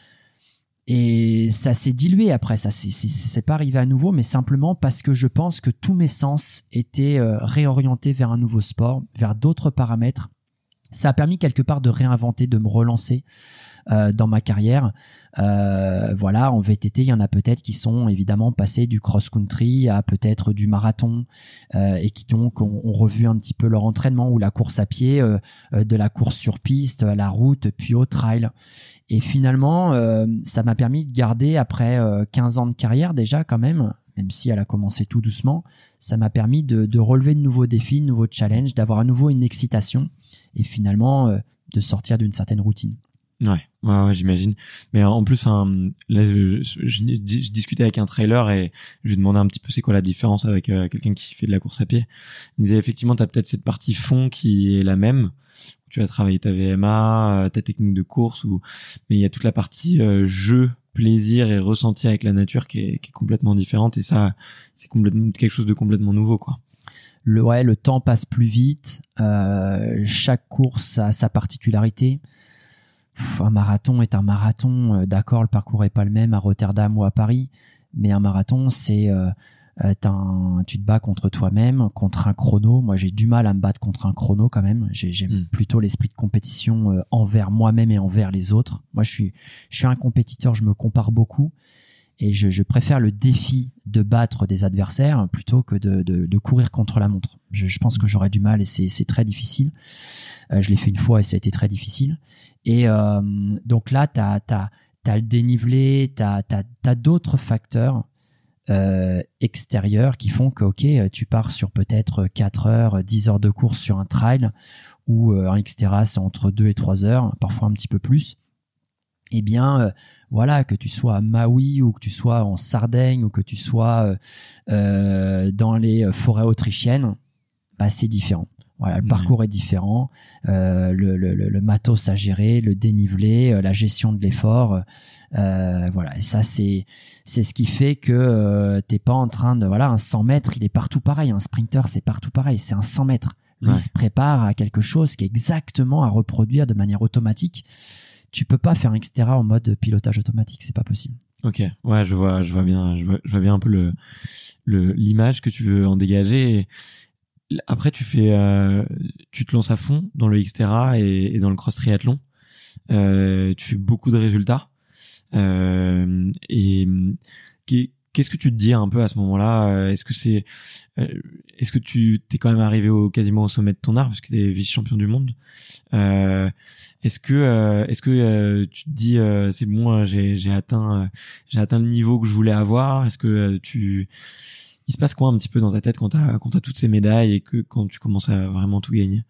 Et ça s'est dilué après, ça c'est, c'est, c'est pas arrivé à nouveau, mais simplement parce que je pense que tous mes sens étaient euh, réorientés vers un nouveau sport, vers d'autres paramètres. Ça a permis quelque part de réinventer, de me relancer euh, dans ma carrière. Euh, voilà, en V T T, il y en a peut-être qui sont évidemment passés du cross-country à peut-être du marathon euh, et qui donc ont, ont revu un petit peu leur entraînement, ou la course à pied, euh, euh, de la course sur piste à la route, puis au trail. Et finalement, euh, ça m'a permis de garder, après euh, quinze ans de carrière déjà quand même, même si elle a commencé tout doucement, ça m'a permis de, de relever de nouveaux défis, de nouveaux challenges, d'avoir à nouveau une excitation et finalement euh, de sortir d'une certaine routine. Ouais, ouais, ouais, j'imagine. Mais en plus, hein, là, je, je, je, je discutais avec un trailer et je lui demandais un petit peu c'est quoi la différence avec euh, quelqu'un qui fait de la course à pied. Il me disait effectivement, t'as peut-être cette partie fond qui est la même. Tu vas travailler ta V M A, ta technique de course, ou mais il y a toute la partie euh, jeu, plaisir et ressenti avec la nature qui est, qui est complètement différente. Et ça, c'est complètement quelque chose de complètement nouveau, quoi. Le ouais, le temps passe plus vite. Euh, chaque course a sa particularité. Pff, un marathon est un marathon. Euh, d'accord, le parcours est pas le même à Rotterdam ou à Paris, mais un marathon, c'est euh, euh, t'as un, tu te bats contre toi-même, contre un chrono. Moi, j'ai du mal à me battre contre un chrono quand même. J'ai, j'aime mmh. plutôt l'esprit de compétition euh, envers moi-même et envers les autres. Moi, je suis, je suis un compétiteur. Je me compare beaucoup et je, je préfère le défi de battre des adversaires plutôt que de, de, de courir contre la montre. Je, je pense que j'aurais du mal et c'est, c'est très difficile. Euh, je l'ai fait une fois et ça a été très difficile. Et euh, donc là, t'as, t'as, t'as le dénivelé, t'as, t'as, t'as d'autres facteurs euh, extérieurs qui font que, ok, tu pars sur peut-être quatre heures, dix heures de course sur un trail, ou euh, un Xterra, c'est entre deux et trois heures, parfois un petit peu plus. Eh bien, euh, voilà, que tu sois à Maui ou que tu sois en Sardaigne ou que tu sois euh, euh, dans les forêts autrichiennes, bah, c'est différent. Voilà, le parcours mmh. est différent, euh, le, le, le matos à gérer, le dénivelé, euh, la gestion de l'effort, euh, voilà. Et ça, c'est c'est ce qui fait que euh, t'es pas en train de voilà, un cent mètres, il est partout pareil. Un sprinter, c'est partout pareil. C'est un cent mètres. Lui, ouais. il se prépare à quelque chose qui est exactement à reproduire de manière automatique. Tu peux pas faire un Xterra en mode pilotage automatique, c'est pas possible. Ok, ouais, je vois, je vois bien, je vois, je vois bien un peu le le l'image que tu veux en dégager. Et après, tu fais, euh, tu te lances à fond dans le Xterra et, et dans le cross triathlon. Euh, tu fais beaucoup de résultats. Euh, et qu'est-ce que tu te dis un peu à ce moment-là? Est-ce que c'est, est-ce que tu t'es quand même arrivé au quasiment au sommet de ton art parce que t'es vice-champion du monde? Euh, est-ce que, euh, est-ce que euh, tu te dis euh, c'est bon, j'ai j'ai atteint, euh, j'ai atteint le niveau que je voulais avoir? Est-ce que euh, tu il se passe quoi un petit peu dans ta tête quand t'as, quand t'as toutes ces médailles et que quand tu commences à vraiment tout gagner?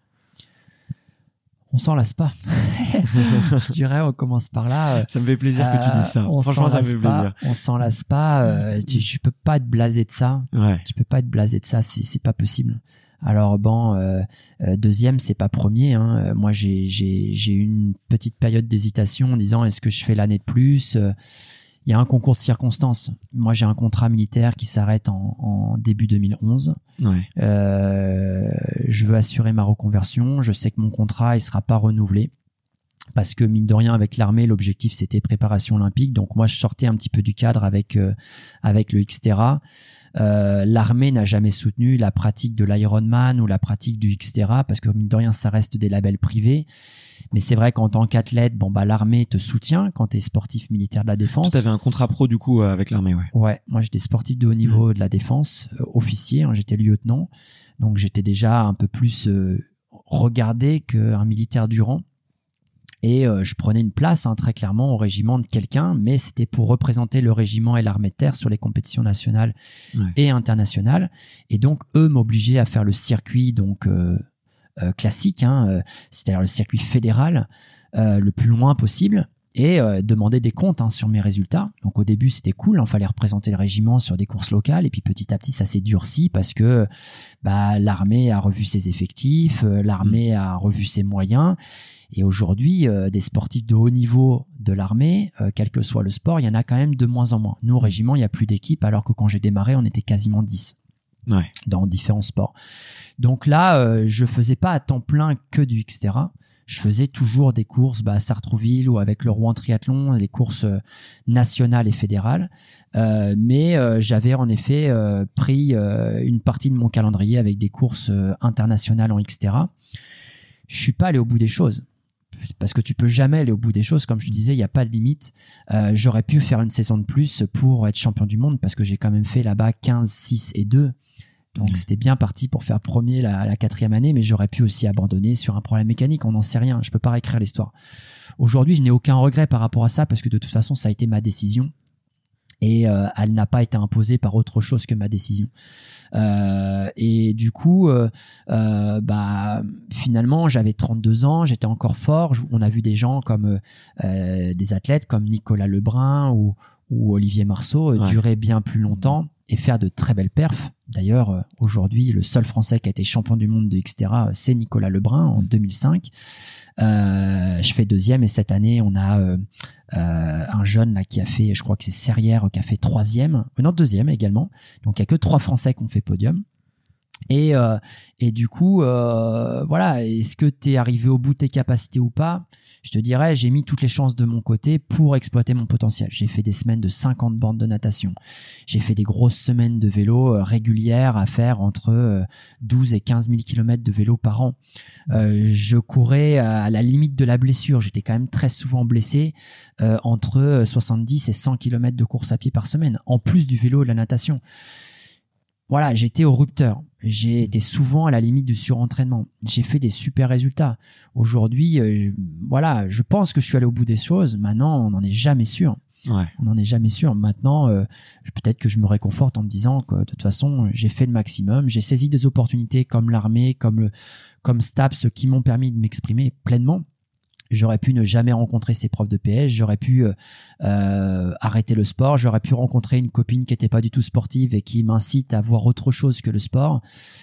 On s'en lasse pas. Je dirais, on commence par là. Ça me fait plaisir euh, que tu dises ça. On Franchement, ça me fait pas, plaisir. On s'en lasse pas. Euh, tu, tu peux pas être blasé de ça. Ouais. Tu peux pas être blasé de ça. C'est, c'est pas possible. Alors bon, euh, euh, deuxième, c'est pas premier. Hein. Moi, j'ai, j'ai, j'ai eu une petite période d'hésitation en disant est-ce que je fais l'année de plus? Il y a un concours de circonstances. Moi, j'ai un contrat militaire qui s'arrête en, en début deux mille onze. Ouais. Euh, je veux assurer ma reconversion. Je sais que mon contrat, il sera pas renouvelé. Parce que, mine de rien, avec l'armée, l'objectif, c'était préparation olympique. Donc, moi, je sortais un petit peu du cadre avec, euh, avec le Xterra. Euh, l'armée n'a jamais soutenu la pratique de l'Ironman ou la pratique du Xterra parce que, mine de rien, ça reste des labels privés. Mais c'est vrai qu'en tant qu'athlète, bon bah l'armée te soutient quand t'es sportif militaire de la défense. Tu avais un contrat pro du coup avec l'armée, ouais. Ouais, moi j'étais sportif de haut niveau mmh. de la défense, euh, officier, hein, j'étais lieutenant, donc j'étais déjà un peu plus euh, regardé qu'un militaire du rang. Et euh, je prenais une place hein, très clairement au régiment de quelqu'un, mais c'était pour représenter le régiment et l'armée de terre sur les compétitions nationales ouais. et internationales. Et donc, eux m'obligeaient à faire le circuit donc euh, euh, classique, hein, euh, c'est-à-dire le circuit fédéral, euh, le plus loin possible, et euh, demander des comptes hein, sur mes résultats. Donc au début, c'était cool, il hein, fallait représenter le régiment sur des courses locales, et puis petit à petit, ça s'est durci parce que bah, l'armée a revu ses effectifs, euh, l'armée mmh. a revu ses moyens. Et aujourd'hui, euh, des sportifs de haut niveau de l'armée, euh, quel que soit le sport, il y en a quand même de moins en moins. Nous, au régiment, il n'y a plus d'équipe, alors que quand j'ai démarré, on était quasiment dix ouais. dans différents sports. Donc là, euh, je faisais pas à temps plein que du Xterra. Je faisais toujours des courses bah, à Sartrouville ou avec le Rouen Triathlon, les courses euh, nationales et fédérales. Euh, mais euh, j'avais en effet euh, pris euh, une partie de mon calendrier avec des courses euh, internationales en Xterra. Je suis pas allé au bout des choses. Parce que tu peux jamais aller au bout des choses, comme je te disais, il n'y a pas de limite. Euh, j'aurais pu faire une saison de plus pour être champion du monde, parce que j'ai quand même fait là-bas quinze, six et deux. Donc mmh. c'était bien parti pour faire premier la, la quatrième année, mais j'aurais pu aussi abandonner sur un problème mécanique, on n'en sait rien, je peux pas réécrire l'histoire. Aujourd'hui, je n'ai aucun regret par rapport à ça, parce que de toute façon, ça a été ma décision. Et euh, elle n'a pas été imposée par autre chose que ma décision. Euh, et du coup, euh, euh, bah finalement, j'avais trente-deux ans, j'étais encore fort. On a vu des gens comme euh, des athlètes comme Nicolas Lebrun ou, ou Olivier Marceau ouais. durer bien plus longtemps et faire de très belles perfs. D'ailleurs, aujourd'hui, le seul Français qui a été champion du monde de Xterra, c'est Nicolas Lebrun en deux mille cinq. Euh, je fais deuxième et cette année on a euh, euh, un jeune là qui a fait, je crois que c'est Serrière qui a fait troisième, non deuxième également. Donc il y a que trois Français qui ont fait podium. Et euh, et du coup euh, voilà, est-ce que t'es arrivé au bout de tes capacités ou pas? Je te dirais, j'ai mis toutes les chances de mon côté pour exploiter mon potentiel. J'ai fait des semaines de cinquante bornes de natation. J'ai fait des grosses semaines de vélo euh, régulières à faire entre euh, douze et quinze mille kilomètres de vélo par an. Euh, je courais à la limite de la blessure. J'étais quand même très souvent blessé euh, entre soixante-dix et cent kilomètres de course à pied par semaine, en plus du vélo et de la natation. Voilà, j'étais au rupteur. J'ai été souvent à la limite du surentraînement. J'ai fait des super résultats. Aujourd'hui, euh, voilà, je pense que je suis allé au bout des choses. Maintenant, on n'en est jamais sûr. Ouais. On n'en est jamais sûr. Maintenant, euh, peut-être que je me réconforte en me disant que de toute façon, j'ai fait le maximum. J'ai saisi des opportunités comme l'armée, comme le, comme STAPS qui m'ont permis de m'exprimer pleinement. J'aurais pu ne jamais rencontrer ces profs de P S, j'aurais pu euh, euh, arrêter le sport, j'aurais pu rencontrer une copine qui n'était pas du tout sportive et qui m'incite à voir autre chose que le sport.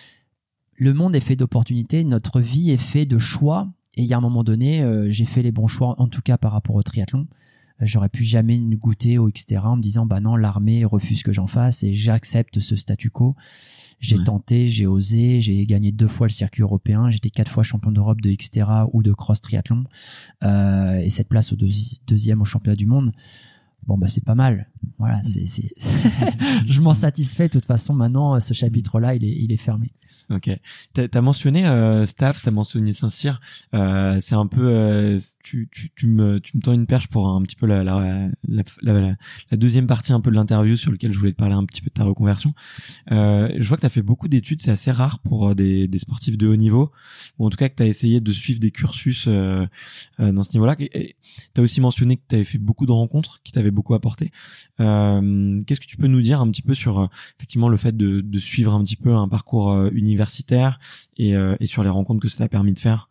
Le monde est fait d'opportunités, notre vie est fait de choix, et il y a un moment donné, euh, j'ai fait les bons choix, en tout cas par rapport au triathlon. Euh, j'aurais pu jamais goûter au Xterra en me disant bah non, l'armée refuse que j'en fasse et j'accepte ce statu quo. J'ai ouais. tenté, j'ai osé, j'ai gagné deux fois le circuit européen, j'étais quatre fois champion d'Europe de Xterra ou de cross triathlon, euh, et cette place au deuxi- deuxième au championnat du monde, bon bah c'est pas mal. Voilà, c'est, c'est... je m'en satisfais de toute façon. Maintenant, ce chapitre-là, il est, il est fermé. Ok. T'as, t'as mentionné euh, Staff, t'as mentionné Saint-Cyr. Euh, c'est un peu, euh, tu, tu, tu me, tu me tends une perche pour un petit peu la, la, la, la, la deuxième partie un peu de l'interview sur lequel je voulais te parler un petit peu de ta reconversion. Euh, je vois que t'as fait beaucoup d'études, c'est assez rare pour des, des sportifs de haut niveau, ou en tout cas que t'as essayé de suivre des cursus euh, euh, dans ce niveau-là. Et t'as aussi mentionné que t'avais fait beaucoup de rencontres qui t'avaient beaucoup apporté. Euh, qu'est-ce que tu peux nous dire un petit peu sur euh, effectivement le fait de, de suivre un petit peu un parcours euh, universitaire et, euh, et sur les rencontres que ça t'a permis de faire?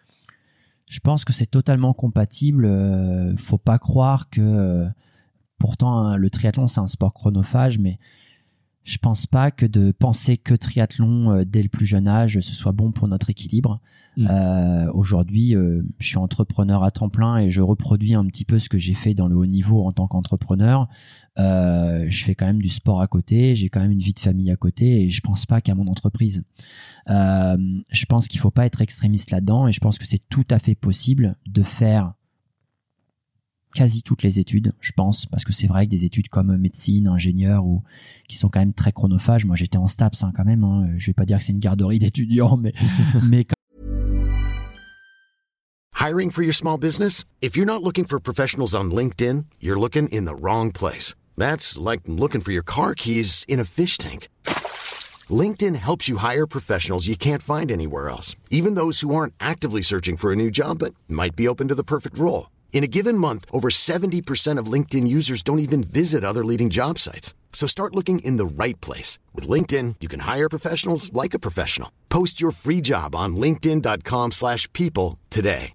Je pense que c'est totalement compatible. Euh, faut pas croire que euh, pourtant hein, le triathlon c'est un sport chronophage, mais je pense pas que de penser que triathlon euh, dès le plus jeune âge ce soit bon pour notre équilibre. Mmh. Euh, aujourd'hui, euh, je suis entrepreneur à temps plein et je reproduis un petit peu ce que j'ai fait dans le haut niveau en tant qu'entrepreneur. Euh, je fais quand même du sport à côté, j'ai quand même une vie de famille à côté et je pense pas qu'à mon entreprise. Euh, je pense qu'il faut pas être extrémiste là-dedans et je pense que c'est tout à fait possible de faire quasi toutes les études, je pense, parce que c'est vrai que des études comme médecine, ingénieur, ou qui sont quand même très chronophages. Moi, j'étais en STAPS hein, quand même. Hein. Je vais pas dire que c'est une garderie d'étudiants, mais mais. Quand... Hiring for your small business? If you're not looking for professionals on LinkedIn, you're looking in the wrong place. That's like looking for your car keys in a fish tank. LinkedIn helps you hire professionals you can't find anywhere else, even those who aren't actively searching for a new job but might be open to the perfect role. In a given month, over seventy percent of LinkedIn users don't even visit other leading job sites. So start looking in the right place. With LinkedIn, you can hire professionals like a professional. Post your free job on linkedin.com slash people today.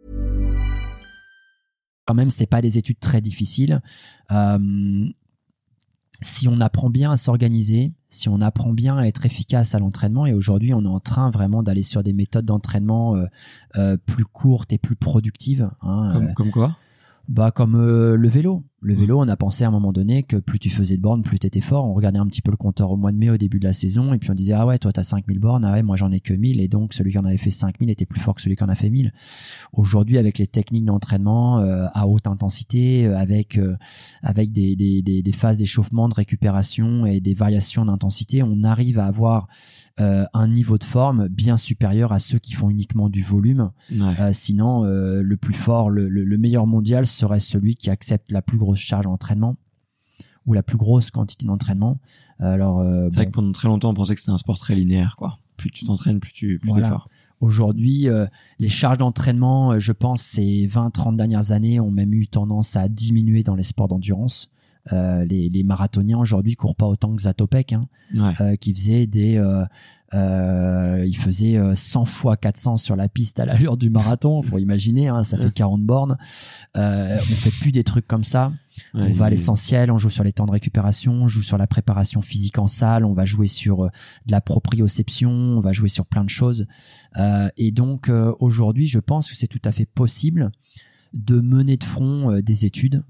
Quand même, c'est pas des études très difficiles. Euh, si on apprend bien à s'organiser, si on apprend bien à être efficace à l'entraînement, et aujourd'hui, on est en train vraiment d'aller sur des méthodes d'entraînement euh, euh, plus courtes et plus productives. Hein, comme, euh, comme quoi Bah comme euh, le vélo. Le vélo, on a pensé à un moment donné que plus tu faisais de bornes, plus tu étais fort. On regardait un petit peu le compteur au mois de mai, au début de la saison, et puis on disait « Ah ouais, toi, t'as cinq mille bornes, ah ouais, moi, j'en ai que mille. » Et donc, celui qui en avait fait cinq mille était plus fort que celui qui en a fait mille. Aujourd'hui, avec les techniques d'entraînement euh, à haute intensité, euh, avec euh, avec des, des, des, des phases d'échauffement, de récupération et des variations d'intensité, on arrive à avoir Euh, un niveau de forme bien supérieur à ceux qui font uniquement du volume. Ouais. Euh, sinon, euh, le plus fort, le, le, le meilleur mondial serait celui qui accepte la plus grosse charge d'entraînement ou la plus grosse quantité d'entraînement. Alors, euh, c'est bon, vrai que pendant très longtemps, on pensait que c'était un sport très linéaire, quoi. Plus tu t'entraînes, plus tu plus voilà. t'es fort. Aujourd'hui, euh, les charges d'entraînement, euh, je pense, ces vingt trente dernières années ont même eu tendance à diminuer dans les sports d'endurance. Euh, les, les marathoniens aujourd'hui courent pas autant que Zatopek, hein, Ouais. euh, qui faisait des, euh, euh, il faisait euh, cent fois quatre cents sur la piste à l'allure du marathon. Faut imaginer, hein, ça fait quarante bornes. Euh, on fait plus des trucs comme ça. Ouais, on va à c'est- l'essentiel, on joue sur les temps de récupération, on joue sur la préparation physique en salle, on va jouer sur euh, de la proprioception, on va jouer sur plein de choses. Euh, et donc euh, aujourd'hui, je pense que c'est tout à fait possible de mener de front euh, des études.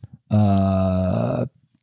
Euh,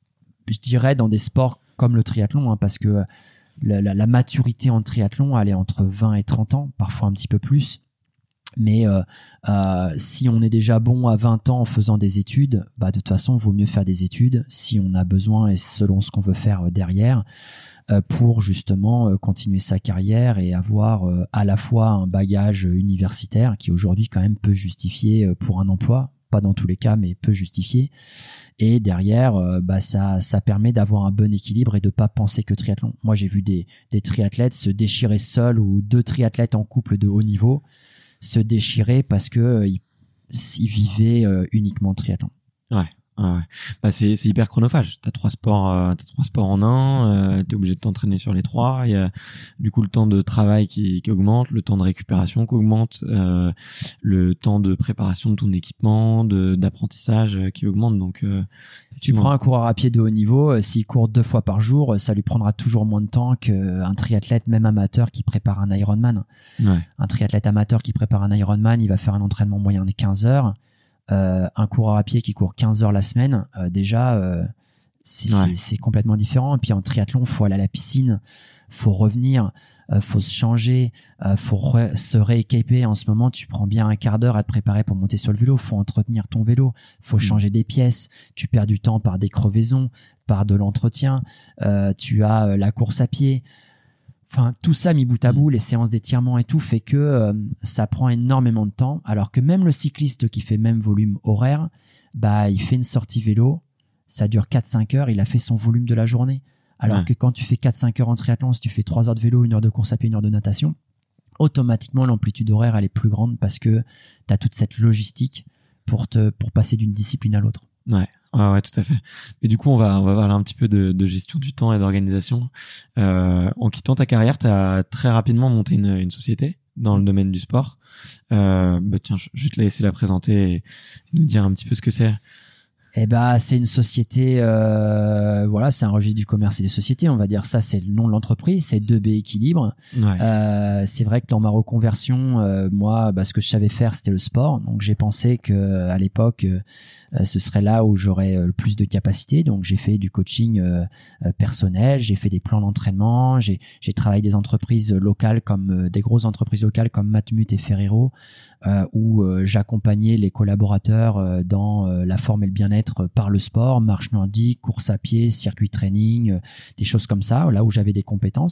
je dirais dans des sports comme le triathlon, hein, parce que la, la, la maturité en triathlon, elle est entre vingt et trente ans, parfois un petit peu plus. Mais euh, euh, si on est déjà bon à vingt ans en faisant des études, bah, de toute façon, il vaut mieux faire des études si on a besoin et selon ce qu'on veut faire derrière, euh, pour justement euh, continuer sa carrière et avoir euh, à la fois un bagage universitaire qui aujourd'hui quand même peut justifier euh, pour un emploi, pas dans tous les cas, mais peut justifier. Et derrière, euh, bah, ça, ça permet d'avoir un bon équilibre et de pas penser que triathlon. Moi, j'ai vu des, des triathlètes se déchirer seuls ou deux triathlètes en couple de haut niveau se déchirer parce que euh, ils, ils vivaient euh, uniquement triathlon. Ouais. Ouais, ouais. Bah c'est c'est hyper chronophage. T'as trois sports, euh, t'as trois sports en un. Euh, t'es obligé de t'entraîner sur les trois. Il y a du coup le temps de travail qui, qui augmente, le temps de récupération qui augmente, euh, le temps de préparation de ton équipement, de d'apprentissage euh, qui augmente. Donc euh, Tu prends un coureur à pied de haut niveau, euh, s'il court deux fois par jour, euh, ça lui prendra toujours moins de temps qu'un triathlète, même amateur, qui prépare un Ironman. ouais. Un triathlète amateur qui prépare un Ironman, il va faire un entraînement moyen de quinze heures. Euh, un coureur à pied qui court quinze heures la semaine, euh, déjà, euh, c'est, Ouais. c'est, c'est complètement différent. Et puis en triathlon, faut aller à la piscine, faut revenir, euh, faut se changer, euh, faut re- se rééquiper. En ce moment, tu prends bien un quart d'heure à te préparer pour monter sur le vélo. Faut entretenir ton vélo, faut Mmh. changer des pièces. Tu perds du temps par des crevaisons, par de l'entretien. Euh, tu as euh, la course à pied. Enfin, tout ça mis bout à bout, les séances d'étirement et tout, fait que euh, ça prend énormément de temps. Alors que même le cycliste qui fait même volume horaire, bah, il fait une sortie vélo, ça dure quatre cinq heures, il a fait son volume de la journée. Alors Ouais. que quand tu fais quatre cinq heures en triathlon, si tu fais trois heures de vélo, une heure de course à pied, une heure de natation, automatiquement l'amplitude horaire elle est plus grande parce que tu as toute cette logistique pour te pour passer d'une discipline à l'autre. Ouais. Ouais, ouais, tout à fait. Et du coup, on va, on va parler un petit peu de, de gestion du temps et d'organisation. Euh, en quittant ta carrière, tu as très rapidement monté une, une société dans le domaine du sport. Euh, bah tiens, je, je vais te laisser la présenter et nous dire un petit peu ce que c'est. Eh ben, c'est une société, euh, voilà, c'est un registre du commerce et des sociétés, on va dire ça, c'est le nom de l'entreprise, c'est deux B Équilibre. Ouais. Euh, c'est vrai que dans ma reconversion, euh, moi, bah, ce que je savais faire, c'était le sport. Donc, j'ai pensé que à l'époque, euh, ce serait là où j'aurais euh, le plus de capacité. Donc, j'ai fait du coaching euh, euh, personnel, j'ai fait des plans d'entraînement, j'ai, j'ai travaillé des entreprises locales comme euh, des grosses entreprises locales comme Matmut et Ferrero, euh, où euh, j'accompagnais les collaborateurs euh, dans euh, la forme et le bien-être par le sport, marche nordique, course à pied, circuit training, euh, des choses comme ça, là où j'avais des compétences.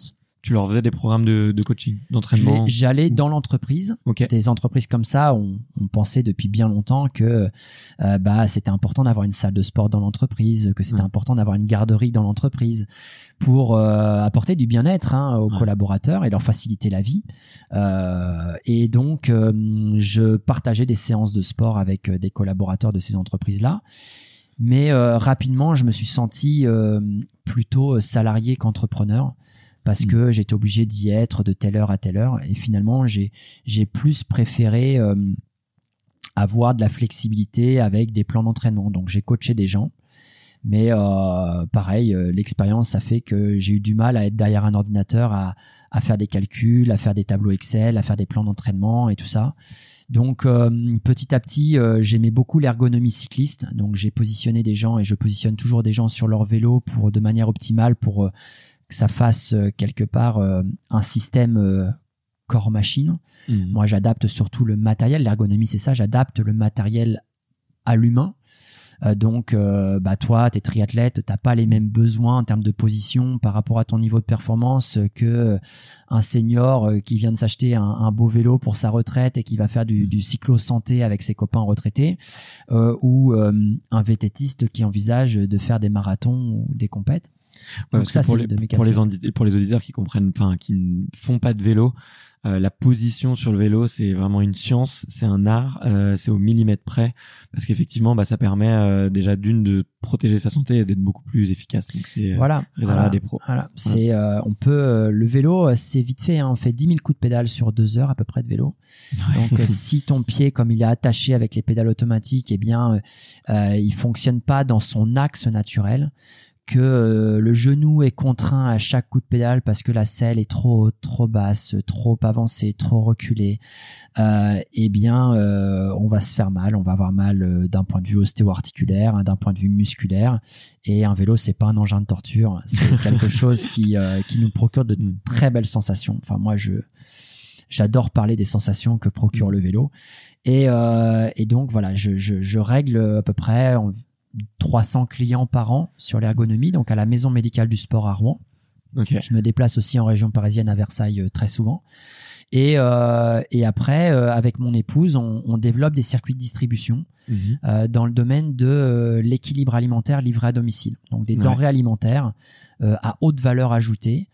Tu leur faisais des programmes de, de coaching, d'entraînement? J'allais dans l'entreprise. Okay. Des entreprises comme ça, on, on pensait depuis bien longtemps que euh, bah c'était important d'avoir une salle de sport dans l'entreprise, que c'était ouais. important d'avoir une garderie dans l'entreprise pour euh, apporter du bien-être hein, aux ouais. collaborateurs et leur faciliter la vie. Euh, et donc, euh, je partageais des séances de sport avec des collaborateurs de ces entreprises-là. Mais euh, rapidement, je me suis senti euh, plutôt salarié qu'entrepreneur. Parce que j'étais obligé d'y être de telle heure à telle heure. Et finalement, j'ai, j'ai plus préféré euh, avoir de la flexibilité avec des plans d'entraînement. Donc, j'ai coaché des gens. Mais euh, pareil, euh, l'expérience a fait que j'ai eu du mal à être derrière un ordinateur, à, à faire des calculs, à faire des tableaux Excel, à faire des plans d'entraînement et tout ça. Donc, euh, petit à petit, euh, j'aimais beaucoup l'ergonomie cycliste. Donc, j'ai positionné des gens et je positionne toujours des gens sur leur vélo pour, de manière optimale pour... Euh, que ça fasse euh, quelque part euh, un système euh, corps-machine. Mmh. Moi, j'adapte surtout le matériel. L'ergonomie, c'est ça. J'adapte le matériel à l'humain. Euh, donc, euh, bah, toi, t'es triathlète, t'as pas les mêmes besoins en termes de position par rapport à ton niveau de performance que euh, un senior euh, qui vient de s'acheter un, un beau vélo pour sa retraite et qui va faire du, du cyclo-santé avec ses copains retraités euh, ou euh, un vététiste qui envisage de faire des marathons ou des compètes. Ouais, donc ça, pour, les, pour, les auditeurs, pour les auditeurs qui comprennent, enfin, qui ne font pas de vélo, euh, la position sur le vélo, c'est vraiment une science, c'est un art, euh, c'est au millimètre près, parce qu'effectivement, bah, ça permet euh, déjà d'une de protéger sa santé et d'être beaucoup plus efficace. Donc c'est voilà, euh, réservé voilà, à des pros. Voilà. C'est, euh, on peut, euh, le vélo, c'est vite fait. Hein, on fait dix mille coups de pédale sur deux heures à peu près de vélo. Ouais. Donc euh, si ton pied, comme il est attaché avec les pédales automatiques, eh bien, euh, il fonctionne pas dans son axe naturel. Que euh, le genou est contraint à chaque coup de pédale parce que la selle est trop haute, trop basse, trop avancée, trop reculée, euh, eh bien, euh, on va se faire mal. On va avoir mal euh, d'un point de vue ostéo-articulaire, hein, d'un point de vue musculaire. Et un vélo, c'est pas un engin de torture. C'est quelque chose qui euh, qui nous procure de très belles sensations. Enfin, moi, je j'adore parler des sensations que procure le vélo. Et euh, et donc voilà, je je, je règle à peu près en, trois cents clients par an sur l'ergonomie, donc à la maison médicale du sport à Rouen. Okay. Je me déplace aussi en région parisienne à Versailles euh, très souvent. Et, euh, et après, euh, avec mon épouse, on, on développe des circuits de distribution mmh. euh, dans le domaine de euh, l'équilibre alimentaire livré à domicile. Donc des ouais. denrées alimentaires euh, à haute valeur ajoutée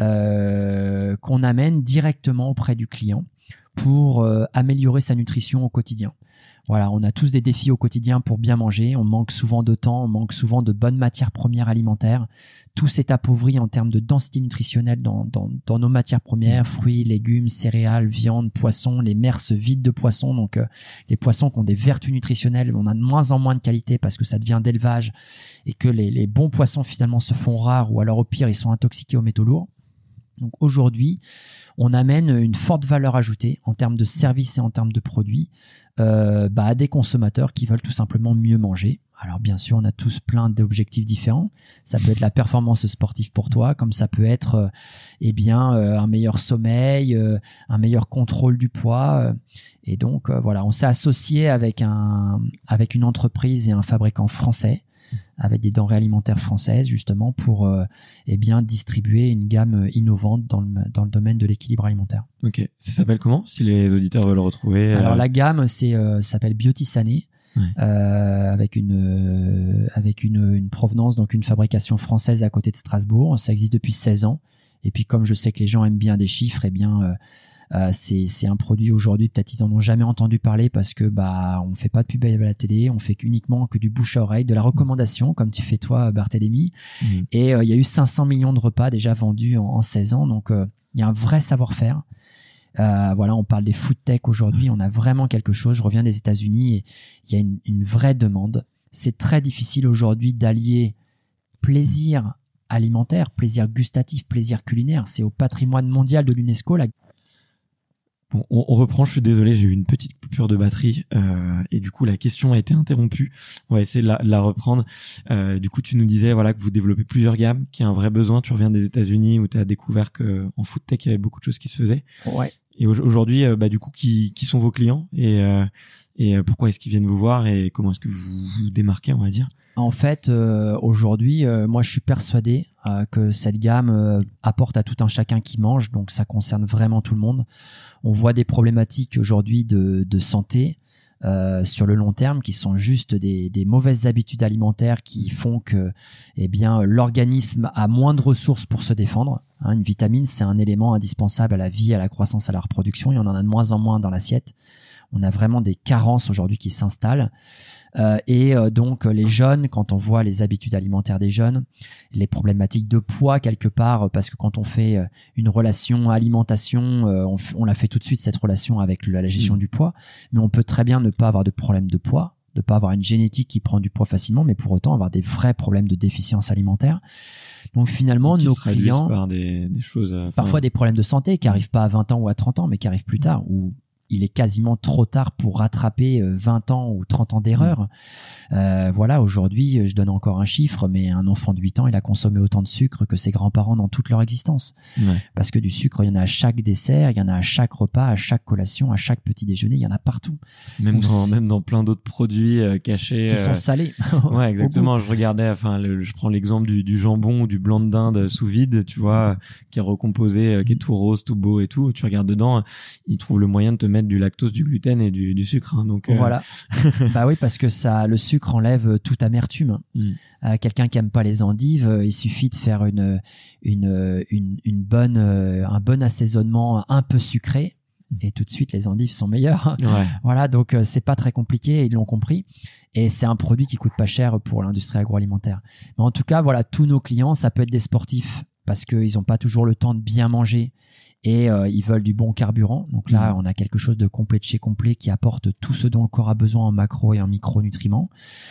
euh, qu'on amène directement auprès du client pour euh, améliorer sa nutrition au quotidien. Voilà, on a tous des défis au quotidien pour bien manger. On manque souvent de temps, on manque souvent de bonnes matières premières alimentaires. Tout s'est appauvri en termes de densité nutritionnelle dans, dans, dans nos matières premières, fruits, légumes, céréales, viande, poissons. Les mers se vident de poissons, donc euh, les poissons qui ont des vertus nutritionnelles, on a de moins en moins de qualité parce que ça devient d'élevage et que les, les bons poissons finalement se font rares ou alors au pire ils sont intoxiqués aux métaux lourds. Donc aujourd'hui, on amène une forte valeur ajoutée en termes de services et en termes de produits euh, bah, à des consommateurs qui veulent tout simplement mieux manger. Alors bien sûr, on a tous plein d'objectifs différents. Ça peut être la performance sportive pour toi, comme ça peut être euh, eh bien euh, un meilleur sommeil, euh, un meilleur contrôle du poids. Euh, et donc euh, voilà, on s'est associé avec un avec une entreprise et un fabricant français, avec des denrées alimentaires françaises justement pour euh, eh bien distribuer une gamme innovante dans le dans le domaine de l'équilibre alimentaire. Ok, ça s'appelle comment si les auditeurs veulent le retrouver? Alors euh... la gamme c'est euh, s'appelle Biotisané. Ouais. Euh, avec une euh, avec une, une provenance, donc une fabrication française à côté de Strasbourg. Ça existe depuis seize ans. Et puis comme je sais que les gens aiment bien des chiffres, eh bien euh, euh, c'est c'est un produit aujourd'hui, peut-être ils en ont jamais entendu parler parce que bah on fait pas de pub à la télé, on fait uniquement que du bouche à oreille, de la recommandation comme tu fais toi Barthélémy. Mmh. Et il euh, y a eu cinq cents millions de repas déjà vendus en, en seize ans, donc il euh, y a un vrai savoir-faire. Euh, voilà, on parle des food tech aujourd'hui, on a vraiment quelque chose. Je reviens des États-Unis et il y a une, une vraie demande. C'est très difficile aujourd'hui d'allier plaisir alimentaire, plaisir gustatif, plaisir culinaire. C'est au patrimoine mondial de l'UNESCO. La... Bon, on, on reprend, je suis désolé, j'ai eu une petite coupure de batterie euh, et du coup la question a été interrompue. On va essayer de la, de la reprendre. Euh, du coup, tu nous disais voilà que vous développez plusieurs gammes, qu'il y a un vrai besoin. Tu reviens des États-Unis où tu as découvert que en food tech il y avait beaucoup de choses qui se faisaient. Ouais. Et aujourd'hui, euh, bah du coup, qui qui sont vos clients et euh, et pourquoi est-ce qu'ils viennent vous voir et comment est-ce que vous vous démarquez, on va dire? En fait, euh, aujourd'hui, euh, moi, je suis persuadé euh, que cette gamme euh, apporte à tout un chacun qui mange, donc ça concerne vraiment tout le monde. On voit des problématiques aujourd'hui de, de santé euh, sur le long terme qui sont juste des, des mauvaises habitudes alimentaires qui font que, eh bien, l'organisme a moins de ressources pour se défendre. Hein, une vitamine, c'est un élément indispensable à la vie, à la croissance, à la reproduction, et on en a de moins en moins dans l'assiette. On a vraiment des carences aujourd'hui qui s'installent. Euh, et euh, donc les jeunes, quand on voit les habitudes alimentaires des jeunes, les problématiques de poids quelque part, parce que quand on fait euh, une relation alimentation, euh, on, f- on la fait tout de suite cette relation avec la, la gestion mmh. du poids, mais on peut très bien ne pas avoir de problème de poids, de pas avoir une génétique qui prend du poids facilement, mais pour autant avoir des vrais problèmes de déficience alimentaire. Donc finalement, qui nos se réduisent clients, par des, des choses, euh, parfois des problèmes de santé qui arrivent pas à vingt ans ou à trente ans, mais qui arrivent plus tard, ou il est quasiment trop tard pour rattraper vingt ans ou trente ans d'erreur. Euh, voilà, aujourd'hui, je donne encore un chiffre, mais un enfant de huit ans, il a consommé autant de sucre que ses grands-parents dans toute leur existence. Ouais. Parce que du sucre, il y en a à chaque dessert, il y en a à chaque repas, à chaque collation, à chaque petit déjeuner, il y en a partout. Même, dans, même dans plein d'autres produits euh, cachés. Qui euh... sont salés. Ouais, exactement. Je regardais, enfin, le, je prends l'exemple du, du jambon ou du blanc de dinde sous vide, tu vois, qui est recomposé, euh, qui est tout rose, tout beau et tout. Tu regardes dedans, ils trouvent le moyen de te mettre du lactose, du gluten et du, du sucre. Hein, donc, euh... voilà. Bah oui, parce que ça, le sucre enlève toute amertume. Mm. Euh, quelqu'un qui aime pas les endives, euh, il suffit de faire une, une, une, une bonne, euh, un bon assaisonnement un peu sucré. Et tout de suite, les endives sont meilleures. Ouais. Voilà, donc euh, c'est pas très compliqué, ils l'ont compris. Et c'est un produit qui coûte pas cher pour l'industrie agroalimentaire. Mais en tout cas, voilà, tous nos clients, ça peut être des sportifs parce qu'ils ont pas toujours le temps de bien manger. Et euh, ils veulent du bon carburant. Donc là, mmh. on a quelque chose de complet de chez complet qui apporte tout ce dont le corps a besoin en macro et en micronutriments.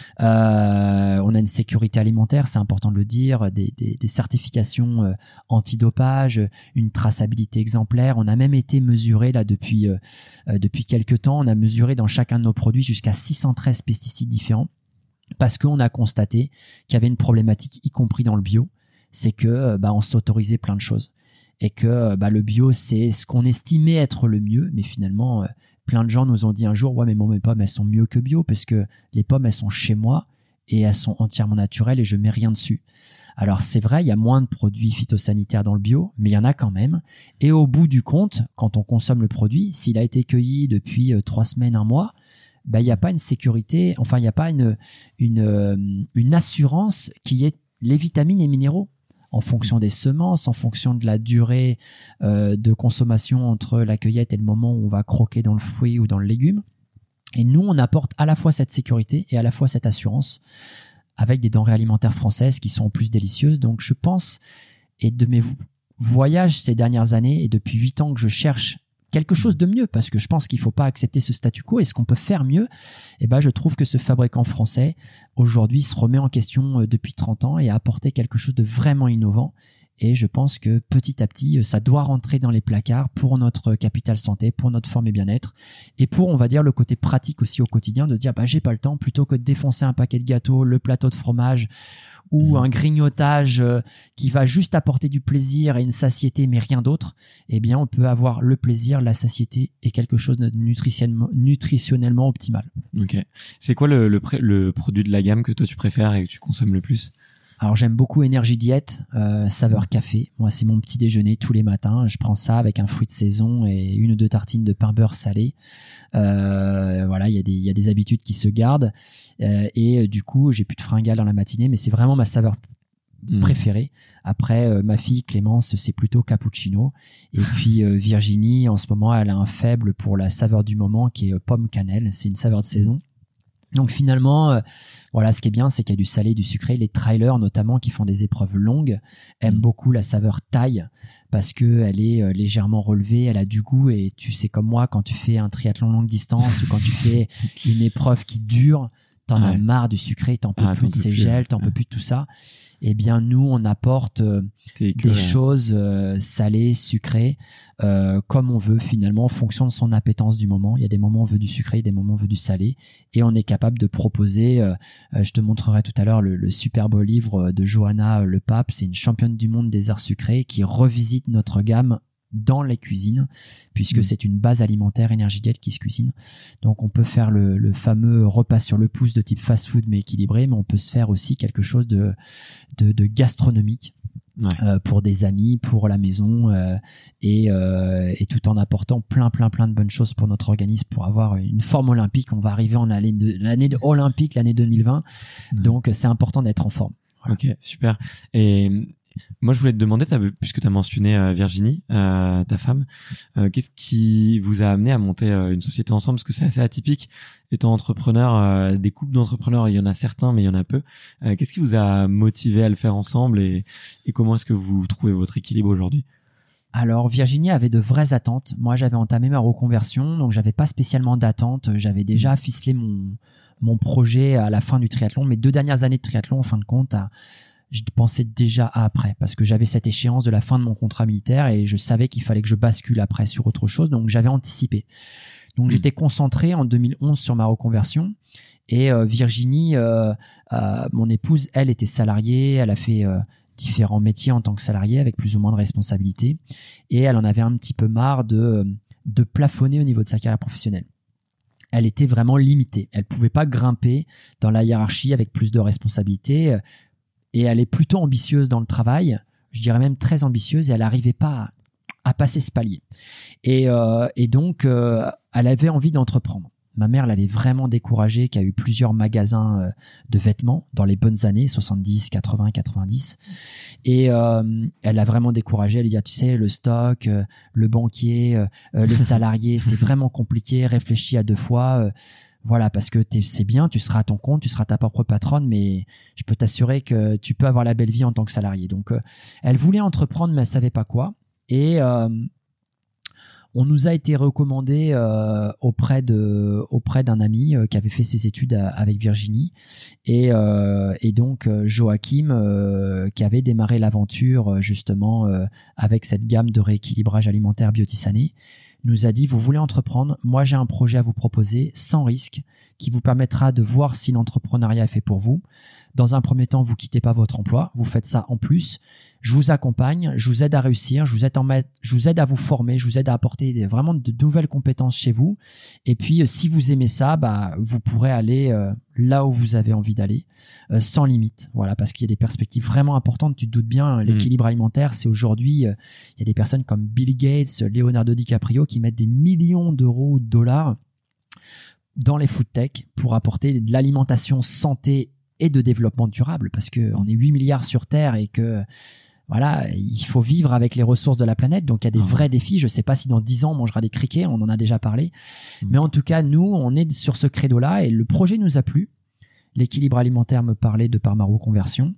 Euh, on a une sécurité alimentaire, c'est important de le dire, des, des, des certifications euh, antidopage, une traçabilité exemplaire. On a même été mesuré là depuis euh, depuis quelques temps. On a mesuré dans chacun de nos produits jusqu'à six cent treize pesticides différents parce qu'on a constaté qu'il y avait une problématique, y compris dans le bio, c'est que bah on s'autorisait plein de choses. Et que bah, le bio, c'est ce qu'on estimait être le mieux. Mais finalement, euh, plein de gens nous ont dit un jour « Ouais, mais bon, mes pommes, elles sont mieux que bio parce que les pommes, elles sont chez moi et elles sont entièrement naturelles et je mets rien dessus. » Alors, c'est vrai, il y a moins de produits phytosanitaires dans le bio, mais il y en a quand même. Et au bout du compte, quand on consomme le produit, s'il a été cueilli depuis euh, trois semaines, un mois, bah, il n'y a pas une sécurité, enfin, il n'y a pas une, une, euh, une assurance qui ait les vitamines et minéraux. En fonction des semences, en fonction de la durée euh, de consommation entre la cueillette et le moment où on va croquer dans le fruit ou dans le légume. Et nous, on apporte à la fois cette sécurité et à la fois cette assurance avec des denrées alimentaires françaises qui sont en plus délicieuses. Donc, je pense, et de mes voyages ces dernières années, et depuis huit ans que je cherche quelque chose de mieux, parce que je pense qu'il ne faut pas accepter ce statu quo. Et ce qu'on peut faire mieux, eh ben, je trouve que ce fabricant français, aujourd'hui, se remet en question depuis trente ans et a apporté quelque chose de vraiment innovant. Et je pense que petit à petit, ça doit rentrer dans les placards pour notre capital santé, pour notre forme et bien-être, et pour, on va dire, le côté pratique aussi au quotidien, de dire, bah, j'ai pas le temps, plutôt que de défoncer un paquet de gâteaux, le plateau de fromage, ou un grignotage euh, qui va juste apporter du plaisir et une satiété, mais rien d'autre, eh bien, on peut avoir le plaisir, la satiété et quelque chose de nutritionnellement, nutritionnellement optimal. Ok. C'est quoi le, le, pré- le produit de la gamme que toi tu préfères et que tu consommes le plus ? Alors, j'aime beaucoup Énergie Diète, euh, saveur café. Moi, c'est mon petit déjeuner tous les matins. Je prends ça avec un fruit de saison et une ou deux tartines de pain beurre salé. Euh, voilà, il y a des, il y a des habitudes qui se gardent. Euh, et du coup, j'ai plus de fringales dans la matinée, mais c'est vraiment ma saveur mmh. préférée. Après, euh, ma fille Clémence, c'est plutôt cappuccino. Et puis, euh, Virginie, en ce moment, elle a un faible pour la saveur du moment qui est euh, pomme cannelle. C'est une saveur de saison. Donc finalement, euh, voilà, ce qui est bien, c'est qu'il y a du salé, du sucré. Les trailers, notamment, qui font des épreuves longues, aiment beaucoup la saveur taille parce que elle est euh, légèrement relevée, elle a du goût. Et tu sais comme moi, quand tu fais un triathlon longue distance ou quand tu fais une épreuve qui dure, t'en ouais. as marre du sucré, t'en peux ah, plus de ces gels, t'en ouais. peux plus de tout ça. Eh bien, nous, on apporte euh, des que, choses euh, salées, sucrées, euh, comme on veut finalement, en fonction de son appétence du moment. Il y a des moments où on veut du sucré, des moments où on veut du salé. Et on est capable de proposer, euh, euh, je te montrerai tout à l'heure le, le super beau livre de Johanna Le Pape. C'est une championne du monde des arts sucrés qui revisite notre gamme dans les cuisines, puisque Mmh. c'est une base alimentaire Energy Diet qui se cuisine. Donc on peut faire le, le fameux repas sur le pouce de type fast-food mais équilibré, mais on peut se faire aussi quelque chose de, de, de gastronomique. Ouais. Euh, pour des amis, pour la maison, euh, et, euh, et tout en apportant plein, plein, plein de bonnes choses pour notre organisme pour avoir une forme olympique. On va arriver en l'année de, l'année de olympique, l'année deux mille vingt. Ouais. Donc, c'est important d'être en forme. Voilà. Ok, super. Et moi, je voulais te demander, t'as, puisque tu as mentionné euh, Virginie, euh, ta femme, euh, qu'est-ce qui vous a amené à monter euh, une société ensemble? Parce que c'est assez atypique. Étant entrepreneur, euh, des couples d'entrepreneurs, il y en a certains, mais il y en a peu. Euh, qu'est-ce qui vous a motivé à le faire ensemble et, et comment est-ce que vous trouvez votre équilibre aujourd'hui? Alors, Virginie avait de vraies attentes. Moi, j'avais entamé ma reconversion, donc j'avais pas spécialement d'attente. J'avais déjà ficelé mon, mon projet à la fin du triathlon. Mes deux dernières années de triathlon, en fin de compte, à, je pensais déjà à après parce que j'avais cette échéance de la fin de mon contrat militaire et je savais qu'il fallait que je bascule après sur autre chose. Donc, j'avais anticipé. Donc, mmh. j'étais concentré en deux mille onze sur ma reconversion. Et euh, Virginie, euh, euh, mon épouse, elle était salariée. Elle a fait euh, différents métiers en tant que salariée avec plus ou moins de responsabilités. Et elle en avait un petit peu marre de, de plafonner au niveau de sa carrière professionnelle. Elle était vraiment limitée. Elle pouvait pas grimper dans la hiérarchie avec plus de responsabilités. Et elle est plutôt ambitieuse dans le travail. Je dirais même très ambitieuse et elle n'arrivait pas à, à passer ce palier. Et, euh, et donc, euh, elle avait envie d'entreprendre. Ma mère l'avait vraiment découragée, qui a eu plusieurs magasins euh, de vêtements dans les bonnes années, soixante-dix, quatre-vingts, quatre-vingt-dix. Et euh, elle l'a vraiment découragée. Elle lui dit, ah, tu sais, le stock, euh, le banquier, euh, euh, les salariés, c'est vraiment compliqué. Réfléchis à deux fois. Euh, voilà, parce que t'es, c'est bien, tu seras à ton compte, tu seras ta propre patronne, mais je peux t'assurer que tu peux avoir la belle vie en tant que salarié. Donc, euh, elle voulait entreprendre, mais elle savait pas quoi. Et euh, on nous a été recommandé euh, auprès de auprès d'un ami euh, qui avait fait ses études à, avec Virginie et euh, et donc euh, Joachim euh, qui avait démarré l'aventure justement euh, avec cette gamme de rééquilibrage alimentaire Biotisané nous a dit, vous voulez entreprendre, moi j'ai un projet à vous proposer sans risque qui vous permettra de voir si l'entrepreneuriat est fait pour vous. Dans un premier temps, vous quittez pas votre emploi, vous faites ça en plus. Je vous accompagne, je vous aide à réussir, je vous aide, en ma... je vous aide à vous former, je vous aide à apporter des, vraiment de nouvelles compétences chez vous. Et puis, euh, si vous aimez ça, bah, vous pourrez aller euh, là où vous avez envie d'aller, euh, sans limite. Voilà, parce qu'il y a des perspectives vraiment importantes. Tu te doutes bien, l'équilibre mmh. alimentaire, c'est aujourd'hui, euh, il y a des personnes comme Bill Gates, Leonardo DiCaprio qui mettent des millions d'euros ou de dollars dans les food tech pour apporter de l'alimentation santé et de développement durable, parce qu'on est huit milliards sur Terre et que voilà, il faut vivre avec les ressources de la planète. Donc, il y a des ah. vrais défis. Je ne sais pas si dans dix ans, on mangera des criquets. On en a déjà parlé. Mmh. Mais en tout cas, nous, on est sur ce credo-là et le projet nous a plu. L'équilibre alimentaire me parlait de par ma reconversion.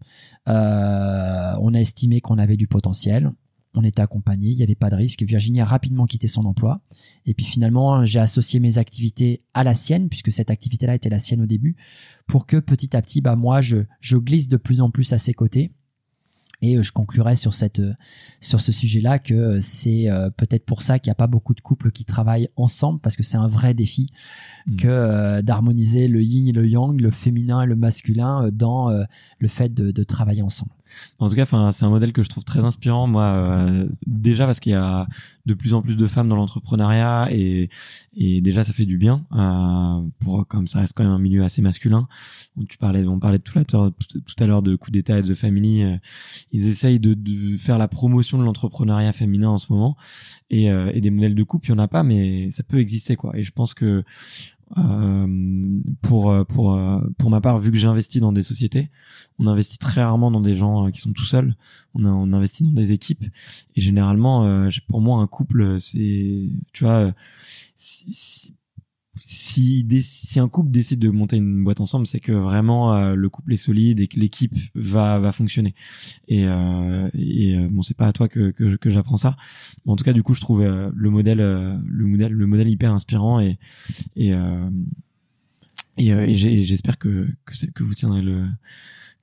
Euh, on a estimé qu'on avait du potentiel. On était accompagné. Il n'y avait pas de risque. Virginie a rapidement quitté son emploi. Et puis finalement, j'ai associé mes activités à la sienne, puisque cette activité-là était la sienne au début, pour que petit à petit, bah, moi, je, je glisse de plus en plus à ses côtés. Et je conclurai sur cette sur ce sujet-là que c'est euh, peut-être pour ça qu'il n'y a pas beaucoup de couples qui travaillent ensemble, parce que c'est un vrai défi mmh. que euh, d'harmoniser le yin et le yang, le féminin et le masculin euh, dans euh, le fait de, de travailler ensemble. En tout cas, enfin, c'est un modèle que je trouve très inspirant, moi, euh, déjà parce qu'il y a de plus en plus de femmes dans l'entrepreneuriat et, et déjà ça fait du bien, euh, pour comme ça reste quand même un milieu assez masculin. Tu parlais, on parlait tout à l'heure, tout, tout à l'heure de Coup d'État et de The Family. Euh, ils essayent de, de faire la promotion de l'entrepreneuriat féminin en ce moment et, euh, et des modèles de couple, il y en a pas, mais ça peut exister, quoi. Et je pense que Euh, pour pour pour ma part, vu que j'investis dans des sociétés, on investit très rarement dans des gens qui sont tout seuls. On a, on investit dans des équipes et généralement, euh, pour moi, un couple, c'est, tu vois, si, si Si, si un couple décide de monter une boîte ensemble, c'est que vraiment euh, le couple est solide et que l'équipe va va fonctionner. Et, euh, et euh, bon, c'est pas à toi que que, que j'apprends ça. Mais en tout cas, du coup, je trouve euh, le modèle euh, le modèle le modèle hyper inspirant et et euh, et, euh, et j'espère que que c'est, que vous tiendrez le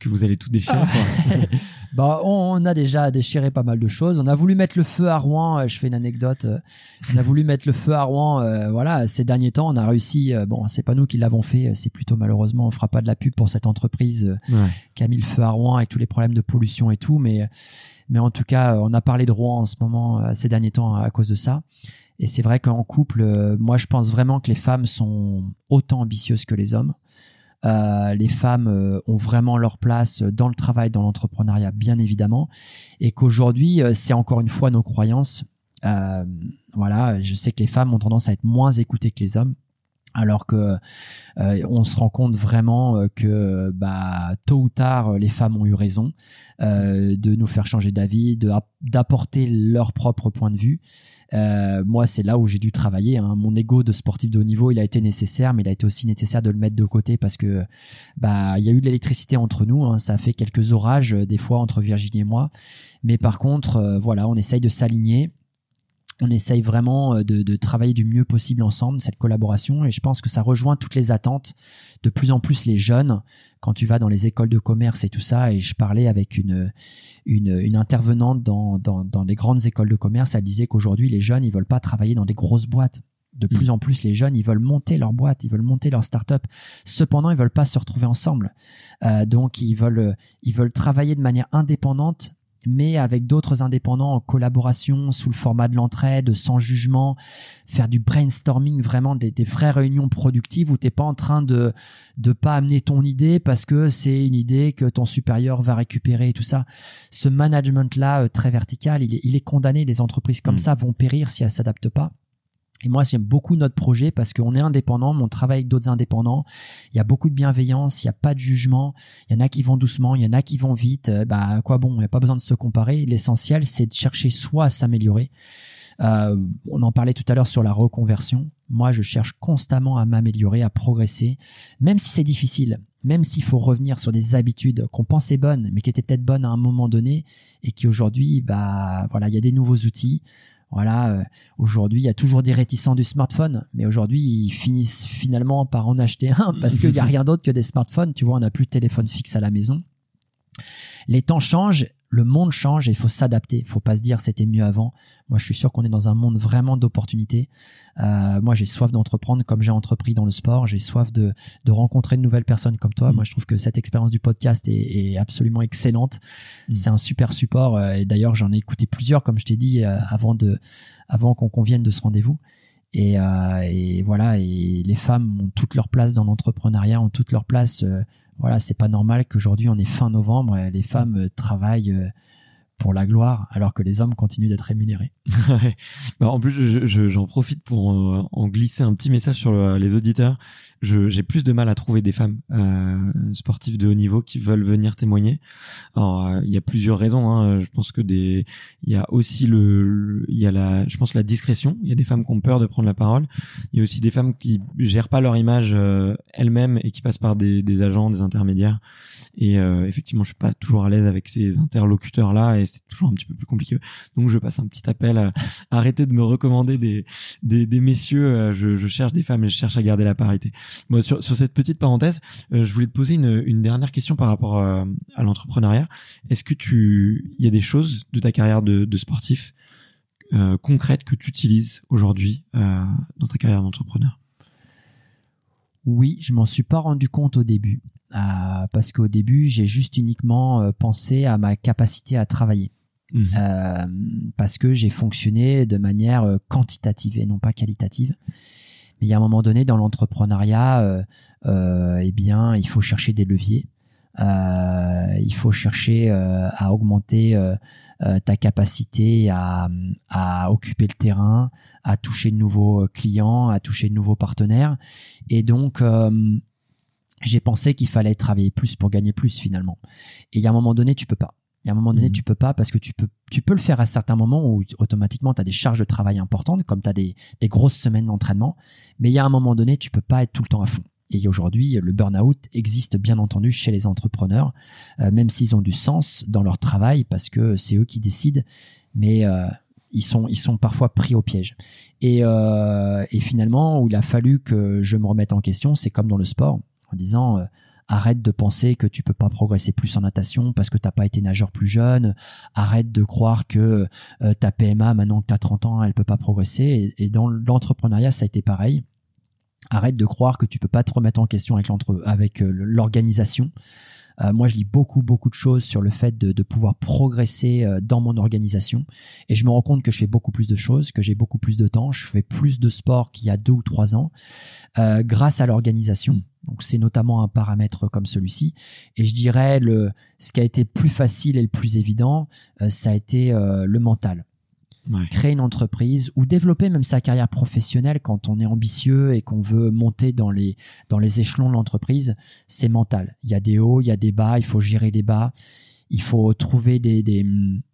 que vous allez tout déchirer. Ah. Bah, on, on a déjà déchiré pas mal de choses. On a voulu mettre le feu à Rouen. Je fais une anecdote. On a voulu mettre le feu à Rouen. Euh, voilà, ces derniers temps, on a réussi. Euh, bon, c'est pas nous qui l'avons fait. C'est plutôt malheureusement, on fera pas de la pub pour cette entreprise euh, ouais. qui a mis le feu à Rouen avec tous les problèmes de pollution et tout. Mais, mais en tout cas, on a parlé de Rouen en ce moment, euh, ces derniers temps, à cause de ça. Et c'est vrai qu'en couple, euh, moi, je pense vraiment que les femmes sont autant ambitieuses que les hommes. Euh, les femmes euh, ont vraiment leur place dans le travail, dans l'entrepreneuriat, bien évidemment, et qu'aujourd'hui, euh, c'est encore une fois nos croyances. Euh, voilà, je sais que les femmes ont tendance à être moins écoutées que les hommes, alors que euh, on se rend compte vraiment euh, que bah, tôt ou tard, les femmes ont eu raison euh, de nous faire changer d'avis, de, d'apporter leur propre point de vue. Euh, moi, c'est là où j'ai dû travailler. Hein. Mon ego de sportif de haut niveau, il a été nécessaire, mais il a été aussi nécessaire de le mettre de côté parce que bah il y a eu de l'électricité entre nous. Hein. Ça a fait quelques orages euh, des fois entre Virginie et moi. Mais par contre, euh, voilà, on essaye de s'aligner. On essaye vraiment de, de travailler du mieux possible ensemble, cette collaboration. Et je pense que ça rejoint toutes les attentes. De plus en plus, les jeunes, quand tu vas dans les écoles de commerce et tout ça, et je parlais avec une, une, une intervenante dans, dans, dans les grandes écoles de commerce, elle disait qu'aujourd'hui, les jeunes, ils veulent pas travailler dans des grosses boîtes. De plus mmh. en plus, les jeunes, ils veulent monter leur boîte, ils veulent monter leur start-up. Cependant, ils veulent pas se retrouver ensemble. Euh, donc, ils veulent, ils veulent travailler de manière indépendante, mais avec d'autres indépendants en collaboration, sous le format de l'entraide, sans jugement, faire du brainstorming, vraiment des, des vraies réunions productives où t'es pas en train de de pas amener ton idée parce que c'est une idée que ton supérieur va récupérer et tout ça. Ce management-là, euh, très vertical, il est, il est condamné. Les entreprises comme mmh. ça vont périr si elles s'adaptent pas. Et moi, j'aime beaucoup notre projet parce qu'on est indépendant, mais on travaille avec d'autres indépendants. Il y a beaucoup de bienveillance, il n'y a pas de jugement. Il y en a qui vont doucement, il y en a qui vont vite. Euh, bah, quoi bon, il n'y a pas besoin de se comparer. L'essentiel, c'est de chercher soit à s'améliorer. Euh, on en parlait tout à l'heure sur la reconversion. Moi, je cherche constamment à m'améliorer, à progresser, même si c'est difficile, même s'il faut revenir sur des habitudes qu'on pensait bonnes, mais qui étaient peut-être bonnes à un moment donné et qui aujourd'hui, bah, voilà, il y a des nouveaux outils. Voilà, euh, aujourd'hui, il y a toujours des réticents du smartphone, mais aujourd'hui, ils finissent finalement par en acheter un parce qu'il n'y a rien d'autre que des smartphones. Tu vois, on n'a plus de téléphone fixe à la maison. Les temps changent, le monde change et il faut s'adapter. Il ne faut pas se dire c'était mieux avant. Moi, je suis sûr qu'on est dans un monde vraiment d'opportunités. Euh, moi, j'ai soif d'entreprendre comme j'ai entrepris dans le sport. J'ai soif de, de rencontrer de nouvelles personnes comme toi. Mmh. Moi, je trouve que cette expérience du podcast est, est absolument excellente. Mmh. C'est un super support. Et d'ailleurs, j'en ai écouté plusieurs, comme je t'ai dit, avant, de, avant qu'on convienne de ce rendez-vous. Et, euh, et voilà, et les femmes ont toute leur place dans l'entrepreneuriat, ont toute leur place. Euh, voilà, c'est pas normal qu'aujourd'hui, on est fin novembre, les femmes euh, travaillent euh, pour la gloire, alors que les hommes continuent d'être rémunérés. Bah, en plus, je, je, j'en profite pour euh, en glisser un petit message sur le, les auditeurs. Je, j'ai plus de mal à trouver des femmes euh, sportives de haut niveau qui veulent venir témoigner. Alors, euh, il y a plusieurs raisons. Hein. Je pense que des, il y a aussi le, le, il y a la, je pense la discrétion. Il y a des femmes qui ont peur de prendre la parole. Il y a aussi des femmes qui gèrent pas leur image euh, elles-mêmes et qui passent par des, des agents, des intermédiaires. Et euh, effectivement, je suis pas toujours à l'aise avec ces interlocuteurs-là et c'est toujours un petit peu plus compliqué. Donc, je passe un petit appel à arrêter de me recommander des, des, des messieurs. Je, je cherche des femmes et je cherche à garder la parité. Bon, sur, sur cette petite parenthèse, euh, je voulais te poser une, une dernière question par rapport à, à l'entrepreneuriat. Est-ce que tu, il y a des choses de ta carrière de, de sportif euh, concrètes que tu utilises aujourd'hui euh, dans ta carrière d'entrepreneur? Oui, je m'en suis pas rendu compte au début. Euh, parce qu'au début, j'ai juste uniquement euh, pensé à ma capacité à travailler. Mmh. Euh, parce que j'ai fonctionné de manière euh, quantitative et non pas qualitative. Mais il y a un moment donné, dans l'entrepreneuriat, euh, euh, eh bien, il faut chercher des leviers. Euh, il faut chercher euh, à augmenter euh, euh, ta capacité à, à occuper le terrain, à toucher de nouveaux clients, à toucher de nouveaux partenaires. Et donc, euh, j'ai pensé qu'il fallait travailler plus pour gagner plus finalement. Et il y a un moment donné, tu peux pas. Il y a un moment donné, mmh. tu peux pas parce que tu peux, tu peux le faire à certains moments où automatiquement tu as des charges de travail importantes, comme tu as des, des grosses semaines d'entraînement. Mais il y a un moment donné, tu peux pas être tout le temps à fond. Et aujourd'hui, le burn-out existe bien entendu chez les entrepreneurs, euh, même s'ils ont du sens dans leur travail parce que c'est eux qui décident, mais euh, ils sont, ils sont parfois pris au piège. Et, euh, et finalement, où il a fallu que je me remette en question, c'est comme dans le sport, en disant euh, arrête de penser que tu peux pas progresser plus en natation parce que t'as pas été nageur plus jeune, arrête de croire que euh, ta P M A maintenant que t'as trente ans elle peut pas progresser, et, et dans l'entrepreneuriat ça a été pareil. Arrête de croire que tu peux pas te remettre en question avec, l'entre- avec euh, l'organisation. Euh, moi, je lis beaucoup, beaucoup de choses sur le fait de, de pouvoir progresser euh, dans mon organisation. Et je me rends compte que je fais beaucoup plus de choses, que j'ai beaucoup plus de temps. Je fais plus de sport qu'il y a deux ou trois ans euh, grâce à l'organisation. Donc, c'est notamment un paramètre comme celui-ci. Et je dirais, le, ce qui a été plus facile et le plus évident, euh, ça a été euh, le mental. Ouais. Créer une entreprise ou développer même sa carrière professionnelle quand on est ambitieux et qu'on veut monter dans les, dans les échelons de l'entreprise, c'est mental. Il y a des hauts, il y a des bas, il faut gérer les bas, il faut trouver des, des,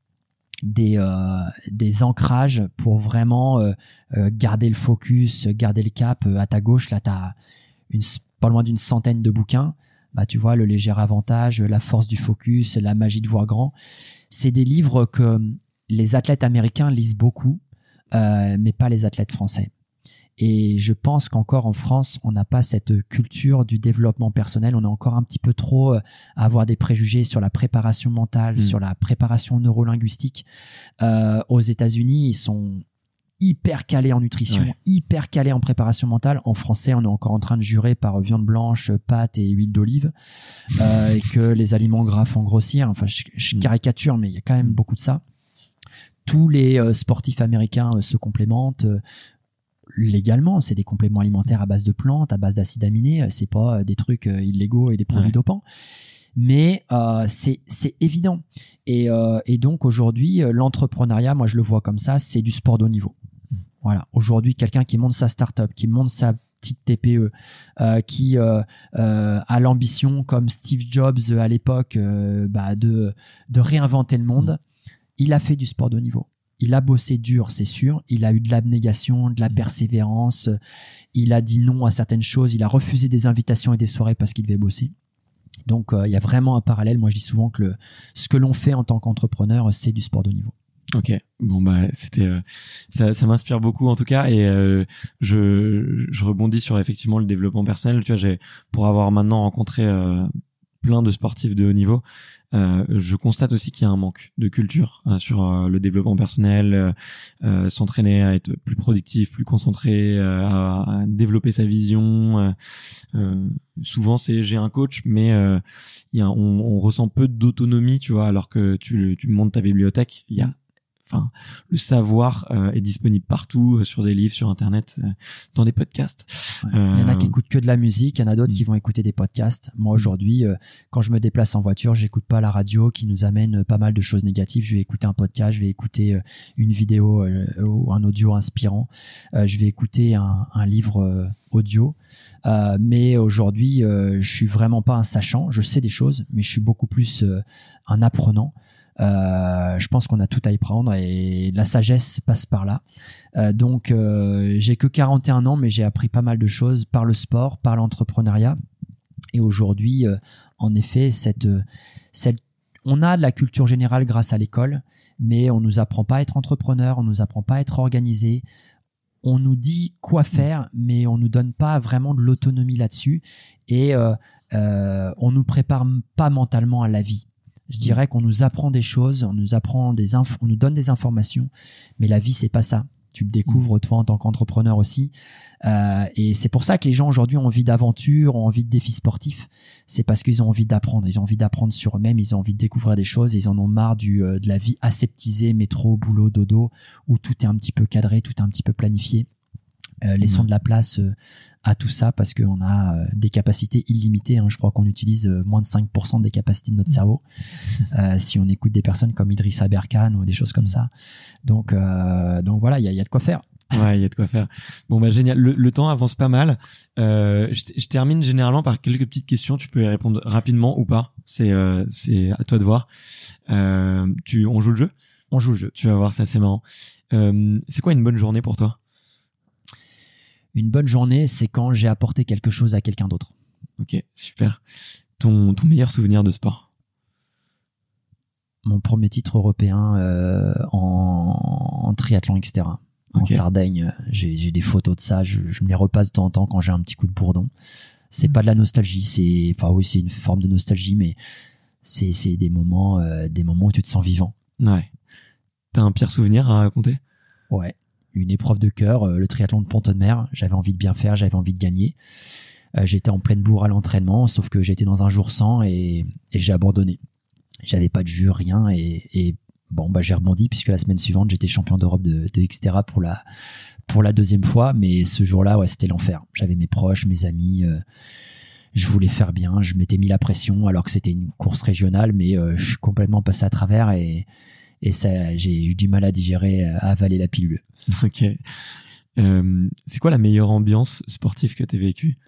des, euh, des ancrages pour vraiment euh, euh, garder le focus, garder le cap. À ta gauche, là, tu as une, pas loin d'une centaine de bouquins. Bah, tu vois, Le léger avantage, La force du focus, La magie de voir grand. C'est des livres que les athlètes américains lisent beaucoup, euh, mais pas les athlètes français. Et je pense qu'encore en France, on n'a pas cette culture du développement personnel. On est encore un petit peu trop à avoir des préjugés sur la préparation mentale, mmh. sur la préparation neurolinguistique. Euh, aux États-Unis, ils sont hyper calés en nutrition, ouais. hyper calés en préparation mentale. En français, on est encore en train de jurer par viande blanche, pâtes et huile d'olive, euh, et que les aliments gras font grossir. Enfin, je, je caricature, mais il y a quand même beaucoup de ça. Tous les euh, sportifs américains euh, se complémentent euh, légalement. C'est des compléments alimentaires à base de plantes, à base d'acides aminés. Euh, c'est pas euh, des trucs euh, illégaux et des produits ouais. dopants. Mais euh, c'est c'est évident. Et euh, et donc aujourd'hui, euh, l'entrepreneuriat, moi je le vois comme ça, c'est du sport de haut niveau. Voilà. Aujourd'hui, quelqu'un qui monte sa start-up, qui monte sa petite T P E, euh, qui euh, euh, a l'ambition, comme Steve Jobs euh, à l'époque, euh, bah, de de réinventer le monde. Il a fait du sport de haut niveau. Il a bossé dur, c'est sûr. Il a eu de l'abnégation, de la persévérance. Il a dit non à certaines choses. Il a refusé des invitations et des soirées parce qu'il devait bosser. Donc, euh, il y a vraiment un parallèle. Moi, je dis souvent que le, ce que l'on fait en tant qu'entrepreneur, c'est du sport de haut niveau. Ok, bon bah c'était euh, ça, ça m'inspire beaucoup en tout cas, et euh, je je rebondis sur effectivement le développement personnel. Tu vois, j'ai pour avoir maintenant rencontré euh, plein de sportifs de haut niveau. Euh, je constate aussi qu'il y a un manque de culture euh, sur euh, le développement personnel, euh, euh, s'entraîner à être plus productif, plus concentré, euh, à, à développer sa vision. Euh, euh, souvent, c'est j'ai un coach, mais euh, il y a, on, on ressent peu d'autonomie, tu vois, alors que tu, tu montes ta bibliothèque, il y a Enfin, le savoir euh, est disponible partout, euh, sur des livres, sur Internet, euh, dans des podcasts. Ouais. Euh... Il y en a qui écoutent que de la musique, il y en a d'autres mmh. qui vont écouter des podcasts. Moi, aujourd'hui, euh, quand je me déplace en voiture, j'écoute pas la radio qui nous amène pas mal de choses négatives. Je vais écouter un podcast, je vais écouter euh, une vidéo euh, ou un audio inspirant. Euh, je vais écouter un, un livre euh, audio. Euh, mais aujourd'hui, euh, je suis vraiment pas un sachant. Je sais des choses, mais je suis beaucoup plus euh, un apprenant. Euh, je pense qu'on a tout à y prendre et la sagesse passe par là. Euh, donc, euh, j'ai que quarante et un ans, mais j'ai appris pas mal de choses par le sport, par l'entrepreneuriat. Et aujourd'hui, euh, en effet, cette, cette, on a de la culture générale grâce à l'école, mais on nous apprend pas à être entrepreneur, on nous apprend pas à être organisé. On nous dit quoi faire, mais on nous donne pas vraiment de l'autonomie là-dessus. Et euh, euh, on nous prépare pas mentalement à la vie. Je dirais qu'on nous apprend des choses, on nous apprend des inf- on nous donne des informations, mais la vie c'est pas ça. Tu le découvres toi en tant qu'entrepreneur aussi, euh, et c'est pour ça que les gens aujourd'hui ont envie d'aventure, ont envie de défis sportifs. C'est parce qu'ils ont envie d'apprendre, ils ont envie d'apprendre sur eux-mêmes, ils ont envie de découvrir des choses, ils en ont marre du euh, de la vie aseptisée, métro, boulot, dodo, où tout est un petit peu cadré, tout est un petit peu planifié. Euh, laissons de la place euh, à tout ça parce qu'on a euh, des capacités illimitées. Hein. Je crois qu'on utilise euh, moins de cinq pour cent des capacités de notre cerveau euh, si on écoute des personnes comme Idrissa Berkane ou des choses comme ça. Donc, euh, donc voilà, il y a, y a de quoi faire. Ouais, il y a de quoi faire. Bon bah génial. Le, le temps avance pas mal. Euh, je, je termine généralement par quelques petites questions. Tu peux y répondre rapidement ou pas. C'est euh, c'est à toi de voir. Euh, tu, on joue le jeu. On joue le jeu. Tu vas voir, ça c'est marrant. Euh, c'est quoi une bonne journée pour toi? Une bonne journée, c'est quand j'ai apporté quelque chose à quelqu'un d'autre. Ok, super. Ton, ton meilleur souvenir de sport? Mon premier titre européen euh, en, en triathlon extérieur. En okay. Sardaigne, j'ai, j'ai des photos de ça. Je, je me les repasse de temps en temps quand j'ai un petit coup de bourdon. C'est pas de la nostalgie, c'est, enfin oui, c'est une forme de nostalgie, mais c'est, c'est des moments, euh, des moments où tu te sens vivant. Ouais. T'as un pire souvenir à raconter? Ouais. Une épreuve de cœur, euh, le triathlon de Pont-de-Mer. J'avais envie de bien faire, j'avais envie de gagner. Euh, j'étais en pleine bourre à l'entraînement, sauf que j'étais dans un jour sans et, et j'ai abandonné. J'avais pas de jus, rien, et, et bon, bah, j'ai rebondi puisque la semaine suivante, j'étais champion d'Europe de, de Xterra pour la, pour la deuxième fois, mais ce jour-là, ouais, c'était l'enfer. J'avais mes proches, mes amis, euh, je voulais faire bien, je m'étais mis la pression alors que c'était une course régionale, mais euh, je suis complètement passé à travers et, et ça, j'ai eu du mal à digérer, à avaler la pilule. Ok. Euh, c'est quoi la meilleure ambiance sportive que t'aies vécue?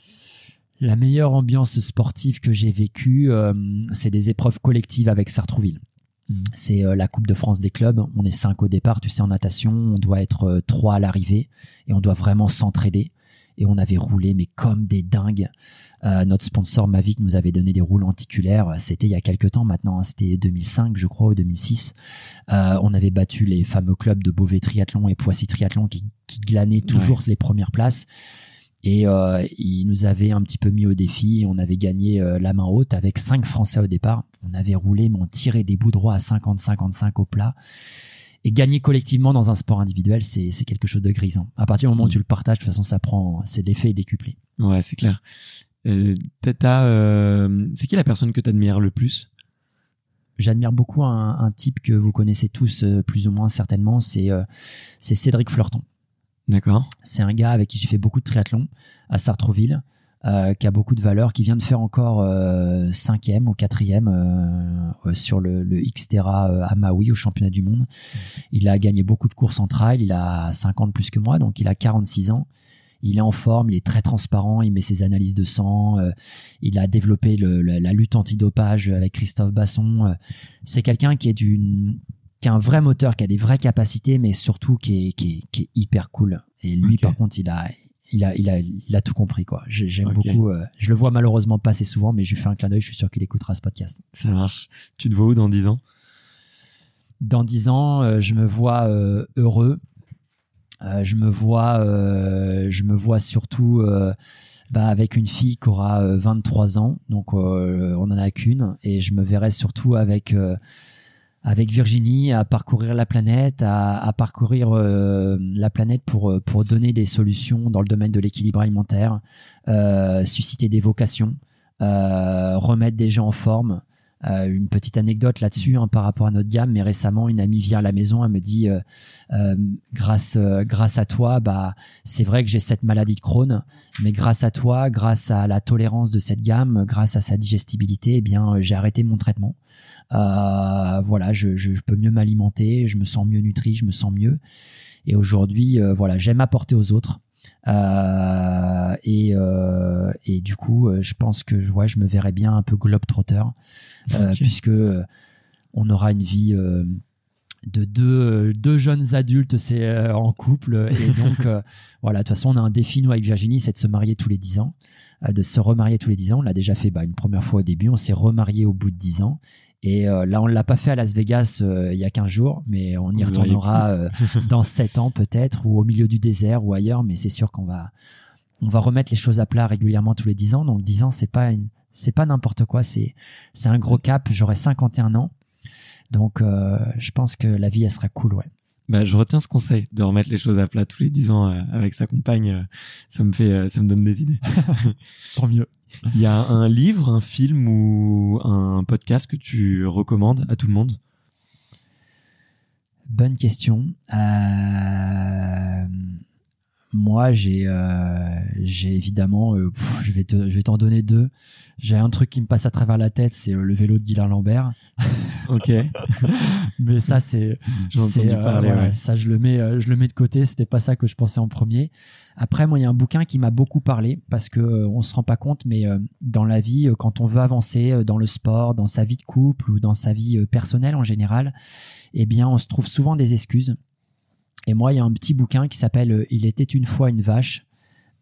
La meilleure ambiance sportive que j'ai vécue, euh, c'est des épreuves collectives avec Sartrouville. Mmh. C'est euh, la Coupe de France des clubs. On est cinq au départ, tu sais, en natation. On doit être euh, trois à l'arrivée et on doit vraiment s'entraider. Et on avait roulé, mais comme des dingues. Euh, notre sponsor Mavic nous avait donné des roues lenticulaires. C'était il y a quelques temps maintenant, hein. C'était deux mille cinq, je crois, ou deux mille six. Euh, on avait battu les fameux clubs de Beauvais Triathlon et Poissy Triathlon qui, qui glanaient toujours ouais. les premières places. Et euh, il nous avait un petit peu mis au défi. On avait gagné euh, la main haute avec cinq Français au départ. On avait roulé, mais on tirait des bouts droits à cinquante cinquante-cinq au plat. Et gagner collectivement dans un sport individuel, c'est, c'est quelque chose de grisant. À partir du moment où tu le partages, de toute façon, ça prend, c'est l'effet décuplé. Ouais, c'est clair. Euh, t'as, euh, c'est qui la personne que t'admires le plus? J'admire beaucoup un, un type que vous connaissez tous, euh, plus ou moins certainement. C'est, euh, c'est Cédric Fleurton. D'accord. C'est un gars avec qui j'ai fait beaucoup de triathlon à Sartrouville, euh, qui a beaucoup de valeur, qui vient de faire encore euh, cinquième ou quatrième euh, sur le, le Xterra euh, à Maui au championnat du monde. Mmh. Il a gagné beaucoup de courses en trail, il a cinquante plus que moi, donc il a quarante-six ans. Il est en forme, il est très transparent, il met ses analyses de sang, euh, il a développé le, la, la lutte antidopage avec Christophe Basson. Euh, c'est quelqu'un qui est d'une... qui a un vrai moteur, qui a des vraies capacités, mais surtout qui est, qui est, qui est hyper cool. Et lui, okay. par contre, il a, il a, il a, il a tout compris, quoi. J'aime okay. beaucoup. Euh, je le vois malheureusement pas assez souvent, mais je lui fais un clin d'œil. Je suis sûr qu'il écoutera ce podcast. Ça marche. Tu te vois où dans dix ans? Dans dix ans, euh, je me vois euh, heureux. Euh, je me vois, euh, je me vois surtout euh, bah, avec une fille qui aura euh, vingt-trois ans. Donc, euh, on en a qu'une. Et je me verrai surtout avec... Euh, avec Virginie à parcourir la planète, à, à parcourir euh, la planète pour, pour donner des solutions dans le domaine de l'équilibre alimentaire, euh, susciter des vocations, euh, remettre des gens en forme. Euh, une petite anecdote là-dessus hein, par rapport à notre gamme, mais récemment une amie vient à la maison, elle me dit euh, euh, grâce, euh, grâce à toi, bah, c'est vrai que j'ai cette maladie de Crohn, mais grâce à toi, grâce à la tolérance de cette gamme, grâce à sa digestibilité, eh bien, euh, j'ai arrêté mon traitement. Euh, voilà, je, je, je peux mieux m'alimenter, je me sens mieux nutri, je me sens mieux. Et aujourd'hui, euh, voilà, j'aime apporter aux autres. Euh, et, euh, et du coup, euh, je pense que ouais, je me verrais bien un peu globe-trotter, euh, okay. puisque euh, on aura une vie euh, de deux, deux jeunes adultes, c'est euh, en couple. Et donc, euh, voilà, de toute façon, on a un défi, nous, avec Virginie, c'est de se marier tous les dix ans, euh, de se remarier tous les dix ans. On l'a déjà fait bah, une première fois au début, on s'est remarié au bout de dix ans. Et euh, là, on ne l'a pas fait à Las Vegas euh, il y a quinze jours, mais on y retournera euh, dans sept ans peut-être, ou au milieu du désert ou ailleurs. Mais c'est sûr qu'on va, on va remettre les choses à plat régulièrement tous les dix ans. Donc dix ans, c'est pas une, c'est pas n'importe quoi. C'est, c'est un gros cap. J'aurai cinquante et un ans. Donc euh, je pense que la vie, elle sera cool, ouais. Bah, je retiens ce conseil de remettre les choses à plat tous les dix ans euh, avec sa compagne. Euh, ça me fait, euh, ça me donne des idées. Tant mieux. Il y a un livre, un film ou un podcast que tu recommandes à tout le monde? Bonne question. Euh... Moi, j'ai, euh, j'ai évidemment, euh, pff, je vais te, je vais t'en donner deux. J'ai un truc qui me passe à travers la tête, c'est euh, le vélo de Guylain Lambert. Ok. Mais ça, c'est, J'en ai c'est, entendu euh, parler, ouais, ouais. ça, je le mets, euh, je le mets de côté. C'était pas ça que je pensais en premier. Après, moi, il y a un bouquin qui m'a beaucoup parlé parce que euh, on se rend pas compte, mais euh, dans la vie, euh, quand on veut avancer euh, dans le sport, dans sa vie de couple ou dans sa vie euh, personnelle en général, eh bien, on se trouve souvent des excuses. Et moi, il y a un petit bouquin qui s'appelle « Il était une fois une vache euh, »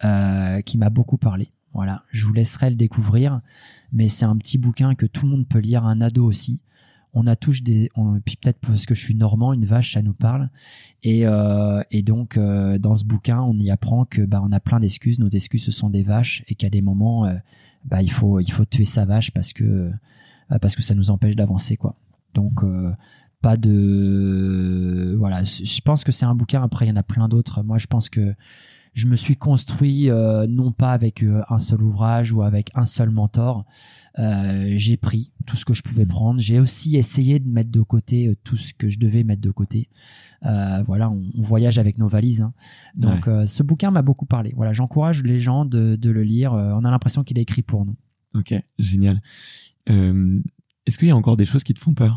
qui m'a beaucoup parlé. Voilà, je vous laisserai le découvrir, mais c'est un petit bouquin que tout le monde peut lire, un ado aussi. on a tous des, on, puis peut-être parce que je suis normand, une vache, ça nous parle. Et, euh, et donc, euh, dans ce bouquin, on y apprend que bah, on a plein d'excuses. Nos excuses, ce sont des vaches, et qu'à des moments, euh, bah, il faut, il faut tuer sa vache parce que, euh, parce que ça nous empêche d'avancer, quoi. Donc, euh, pas de, voilà. Je pense que c'est un bouquin. Après, il y en a plein d'autres. Moi, je pense que je me suis construit euh, non pas avec euh, un seul ouvrage ou avec un seul mentor. Euh, j'ai pris tout ce que je pouvais prendre. J'ai aussi essayé de mettre de côté euh, tout ce que je devais mettre de côté. Euh, voilà, on, on voyage avec nos valises. Hein. Donc, ouais. euh, ce bouquin m'a beaucoup parlé. Voilà, j'encourage les gens de, de le lire. Euh, on a l'impression qu'il est écrit pour nous. Ok, génial. Euh, est-ce qu'il y a encore des choses qui te font peur ?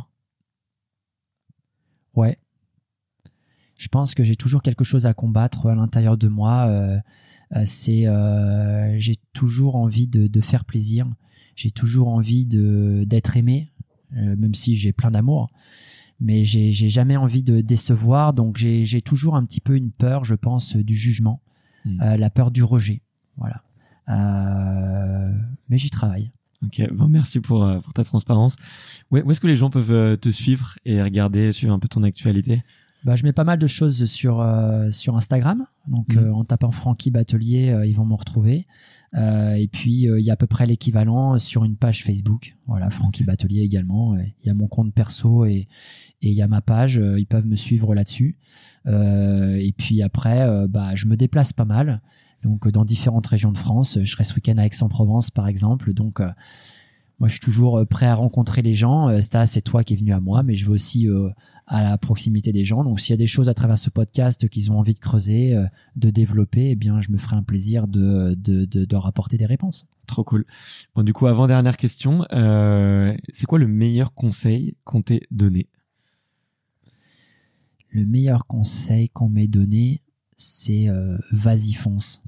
Ouais. Je pense que j'ai toujours quelque chose à combattre à l'intérieur de moi. Euh, euh, c'est, euh, j'ai toujours envie de, de faire plaisir. J'ai toujours envie de, d'être aimé, euh, même si j'ai plein d'amour. Mais j'ai, j'ai jamais envie de décevoir. Donc j'ai, j'ai toujours un petit peu une peur, je pense, du jugement, mmh. euh, la peur du rejet. Voilà. Euh, mais j'y travaille. Ok, bon, merci pour, euh, pour ta transparence. Où, où est-ce que les gens peuvent euh, te suivre et regarder, suivre un peu ton actualité ? Bah, je mets pas mal de choses sur euh, sur Instagram, donc mmh. euh, en tapant Francky Batelier, euh, ils vont me retrouver. Euh, et puis il euh, y a à peu près l'équivalent sur une page Facebook. Voilà, Francky okay. Batelier également. Il y a mon compte perso et et il y a ma page. Euh, ils peuvent me suivre là-dessus. Euh, et puis après, euh, bah je me déplace pas mal, donc dans différentes régions de France. Je serai ce week-end à Aix-en-Provence par exemple. Donc euh, moi, je suis toujours prêt à rencontrer les gens. Euh, Stas, c'est toi qui es venu à moi, mais je veux aussi euh, à la proximité des gens. Donc, s'il y a des choses à travers ce podcast qu'ils ont envie de creuser, euh, de développer, eh bien, je me ferai un plaisir de, de, de, de leur apporter des réponses. Trop cool. Bon, du coup, avant-dernière question, euh, c'est quoi le meilleur conseil qu'on t'ait donné ? Le meilleur conseil qu'on m'ait donné, c'est euh, vas-y, fonce.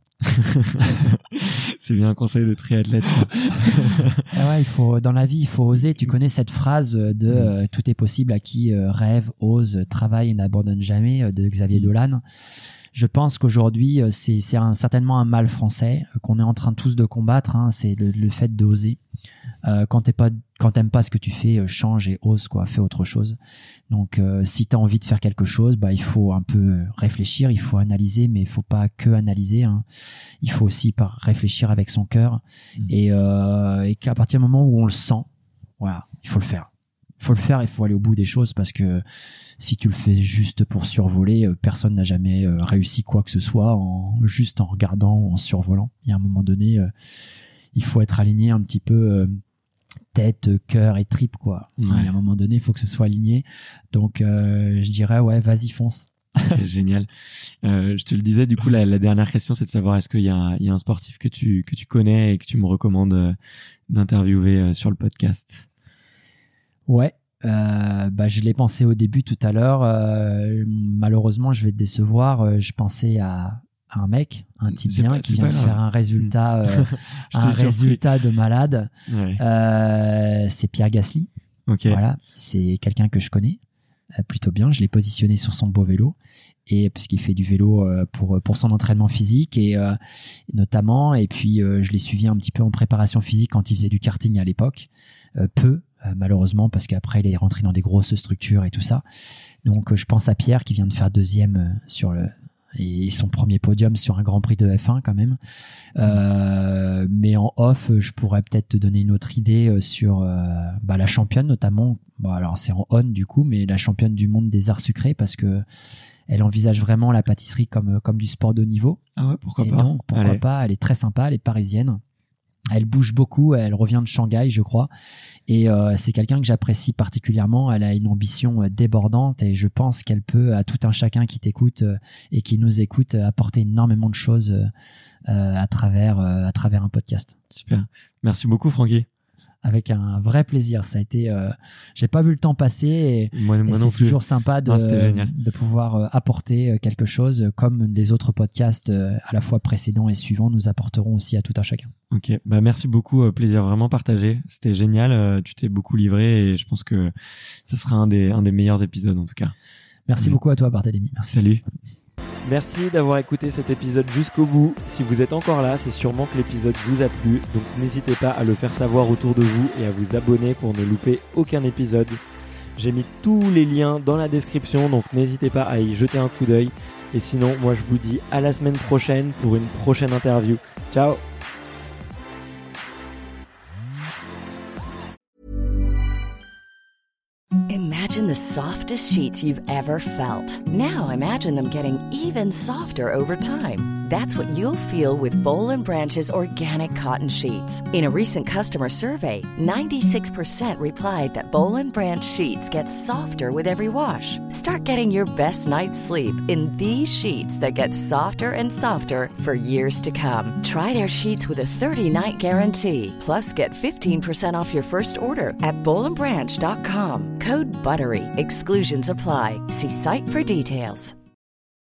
C'est bien un conseil de triathlète. Ah ouais, il faut, dans la vie, il faut oser. Tu connais cette phrase de euh, tout est possible à qui euh, rêve, ose, travaille et n'abandonne jamais euh, de Xavier Dolan. Je pense qu'aujourd'hui, euh, c'est, c'est un, certainement un mal français euh, qu'on est en train tous de combattre. Hein, c'est le, le fait d'oser. Euh, quand t'es pas, quand t'aimes pas ce que tu fais, euh, change et ose, quoi, fais autre chose. Donc, euh, si t'as envie de faire quelque chose, bah, il faut un peu réfléchir, il faut analyser, mais il faut pas que analyser. Hein. Il faut aussi par réfléchir avec son cœur, mmh. et, euh, et qu'à partir du moment où on le sent, voilà, il faut le faire. Il faut le faire, il faut aller au bout des choses parce que si tu le fais juste pour survoler, euh, personne n'a jamais euh, réussi quoi que ce soit en juste en regardant ou en survolant. Il y a un moment donné, euh, il faut être aligné un petit peu. Euh, tête, cœur et tripes, quoi. Ouais. À un moment donné, il faut que ce soit aligné. Donc, euh, je dirais, ouais, vas-y, fonce. Okay, génial. Euh, je te le disais, du coup, la, la dernière question, c'est de savoir est-ce qu'il y a un, il y a un sportif que tu, que tu connais et que tu me recommandes euh, d'interviewer euh, sur le podcast? Ouais. Euh, bah, je l'ai pensé au début tout à l'heure. Euh, malheureusement, je vais te décevoir. Euh, je pensais à un mec, un type bien, pas, qui vient de faire un résultat, euh, un résultat de malade. Ouais. Euh, c'est Pierre Gasly. Okay. Voilà, c'est quelqu'un que je connais euh, plutôt bien. Je l'ai positionné sur son beau vélo et parce qu'il fait du vélo euh, pour pour son entraînement physique et euh, notamment. Et puis euh, je l'ai suivi un petit peu en préparation physique quand il faisait du karting à l'époque, euh, peu euh, malheureusement parce qu'après il est rentré dans des grosses structures et tout ça. Donc euh, je pense à Pierre qui vient de faire deuxième euh, sur le et son premier podium sur un Grand Prix de F un quand même. Euh, mais en off, je pourrais peut-être te donner une autre idée sur euh, bah, la championne notamment. Bon, alors c'est en on du coup, mais la championne du monde des arts sucrés parce que elle envisage vraiment la pâtisserie comme comme du sport de haut niveau. Ah ouais, pourquoi et pas. Donc pourquoi Allez. pas. Elle est très sympa, elle est parisienne. Elle bouge beaucoup, elle revient de Shanghai, je crois. Et euh, c'est quelqu'un que j'apprécie particulièrement. Elle a une ambition euh, débordante et je pense qu'elle peut, à tout un chacun qui t'écoute euh, et qui nous écoute, euh, apporter énormément de choses euh, à travers euh, à travers un podcast. Super. Merci beaucoup, Francky. Avec un vrai plaisir. Ça a été, euh, j'ai pas vu le temps passer et, moi, moi et non c'est plus. toujours sympa de, non, de pouvoir euh, apporter quelque chose comme les autres podcasts euh, à la fois précédents et suivants nous apporteront aussi à tout un chacun. Ok, bah merci beaucoup, euh, plaisir vraiment partagé. C'était génial, euh, tu t'es beaucoup livré et je pense que ça sera un des un des meilleurs épisodes en tout cas. Merci mmh. beaucoup à toi, Barthélémy. Merci. Salut. Merci d'avoir écouté cet épisode jusqu'au bout. Si vous êtes encore là, c'est sûrement que l'épisode vous a plu, donc n'hésitez pas à le faire savoir autour de vous et à vous abonner pour ne louper aucun épisode. J'ai mis tous les liens dans la description, donc n'hésitez pas à y jeter un coup d'œil. Et sinon, moi je vous dis à la semaine prochaine pour une prochaine interview. Ciao! Imagine the softest sheets you've ever felt. Now imagine them getting even softer over time. That's what you'll feel with Boll and Branch's organic cotton sheets. In a recent customer survey, ninety-six percent replied that Boll and Branch sheets get softer with every wash. Start getting your best night's sleep in these sheets that get softer and softer for years to come. Try their sheets with a thirty-night guarantee. Plus, get fifteen percent off your first order at boll and branch dot com. Code BUTTERY. Exclusions apply. See site for details.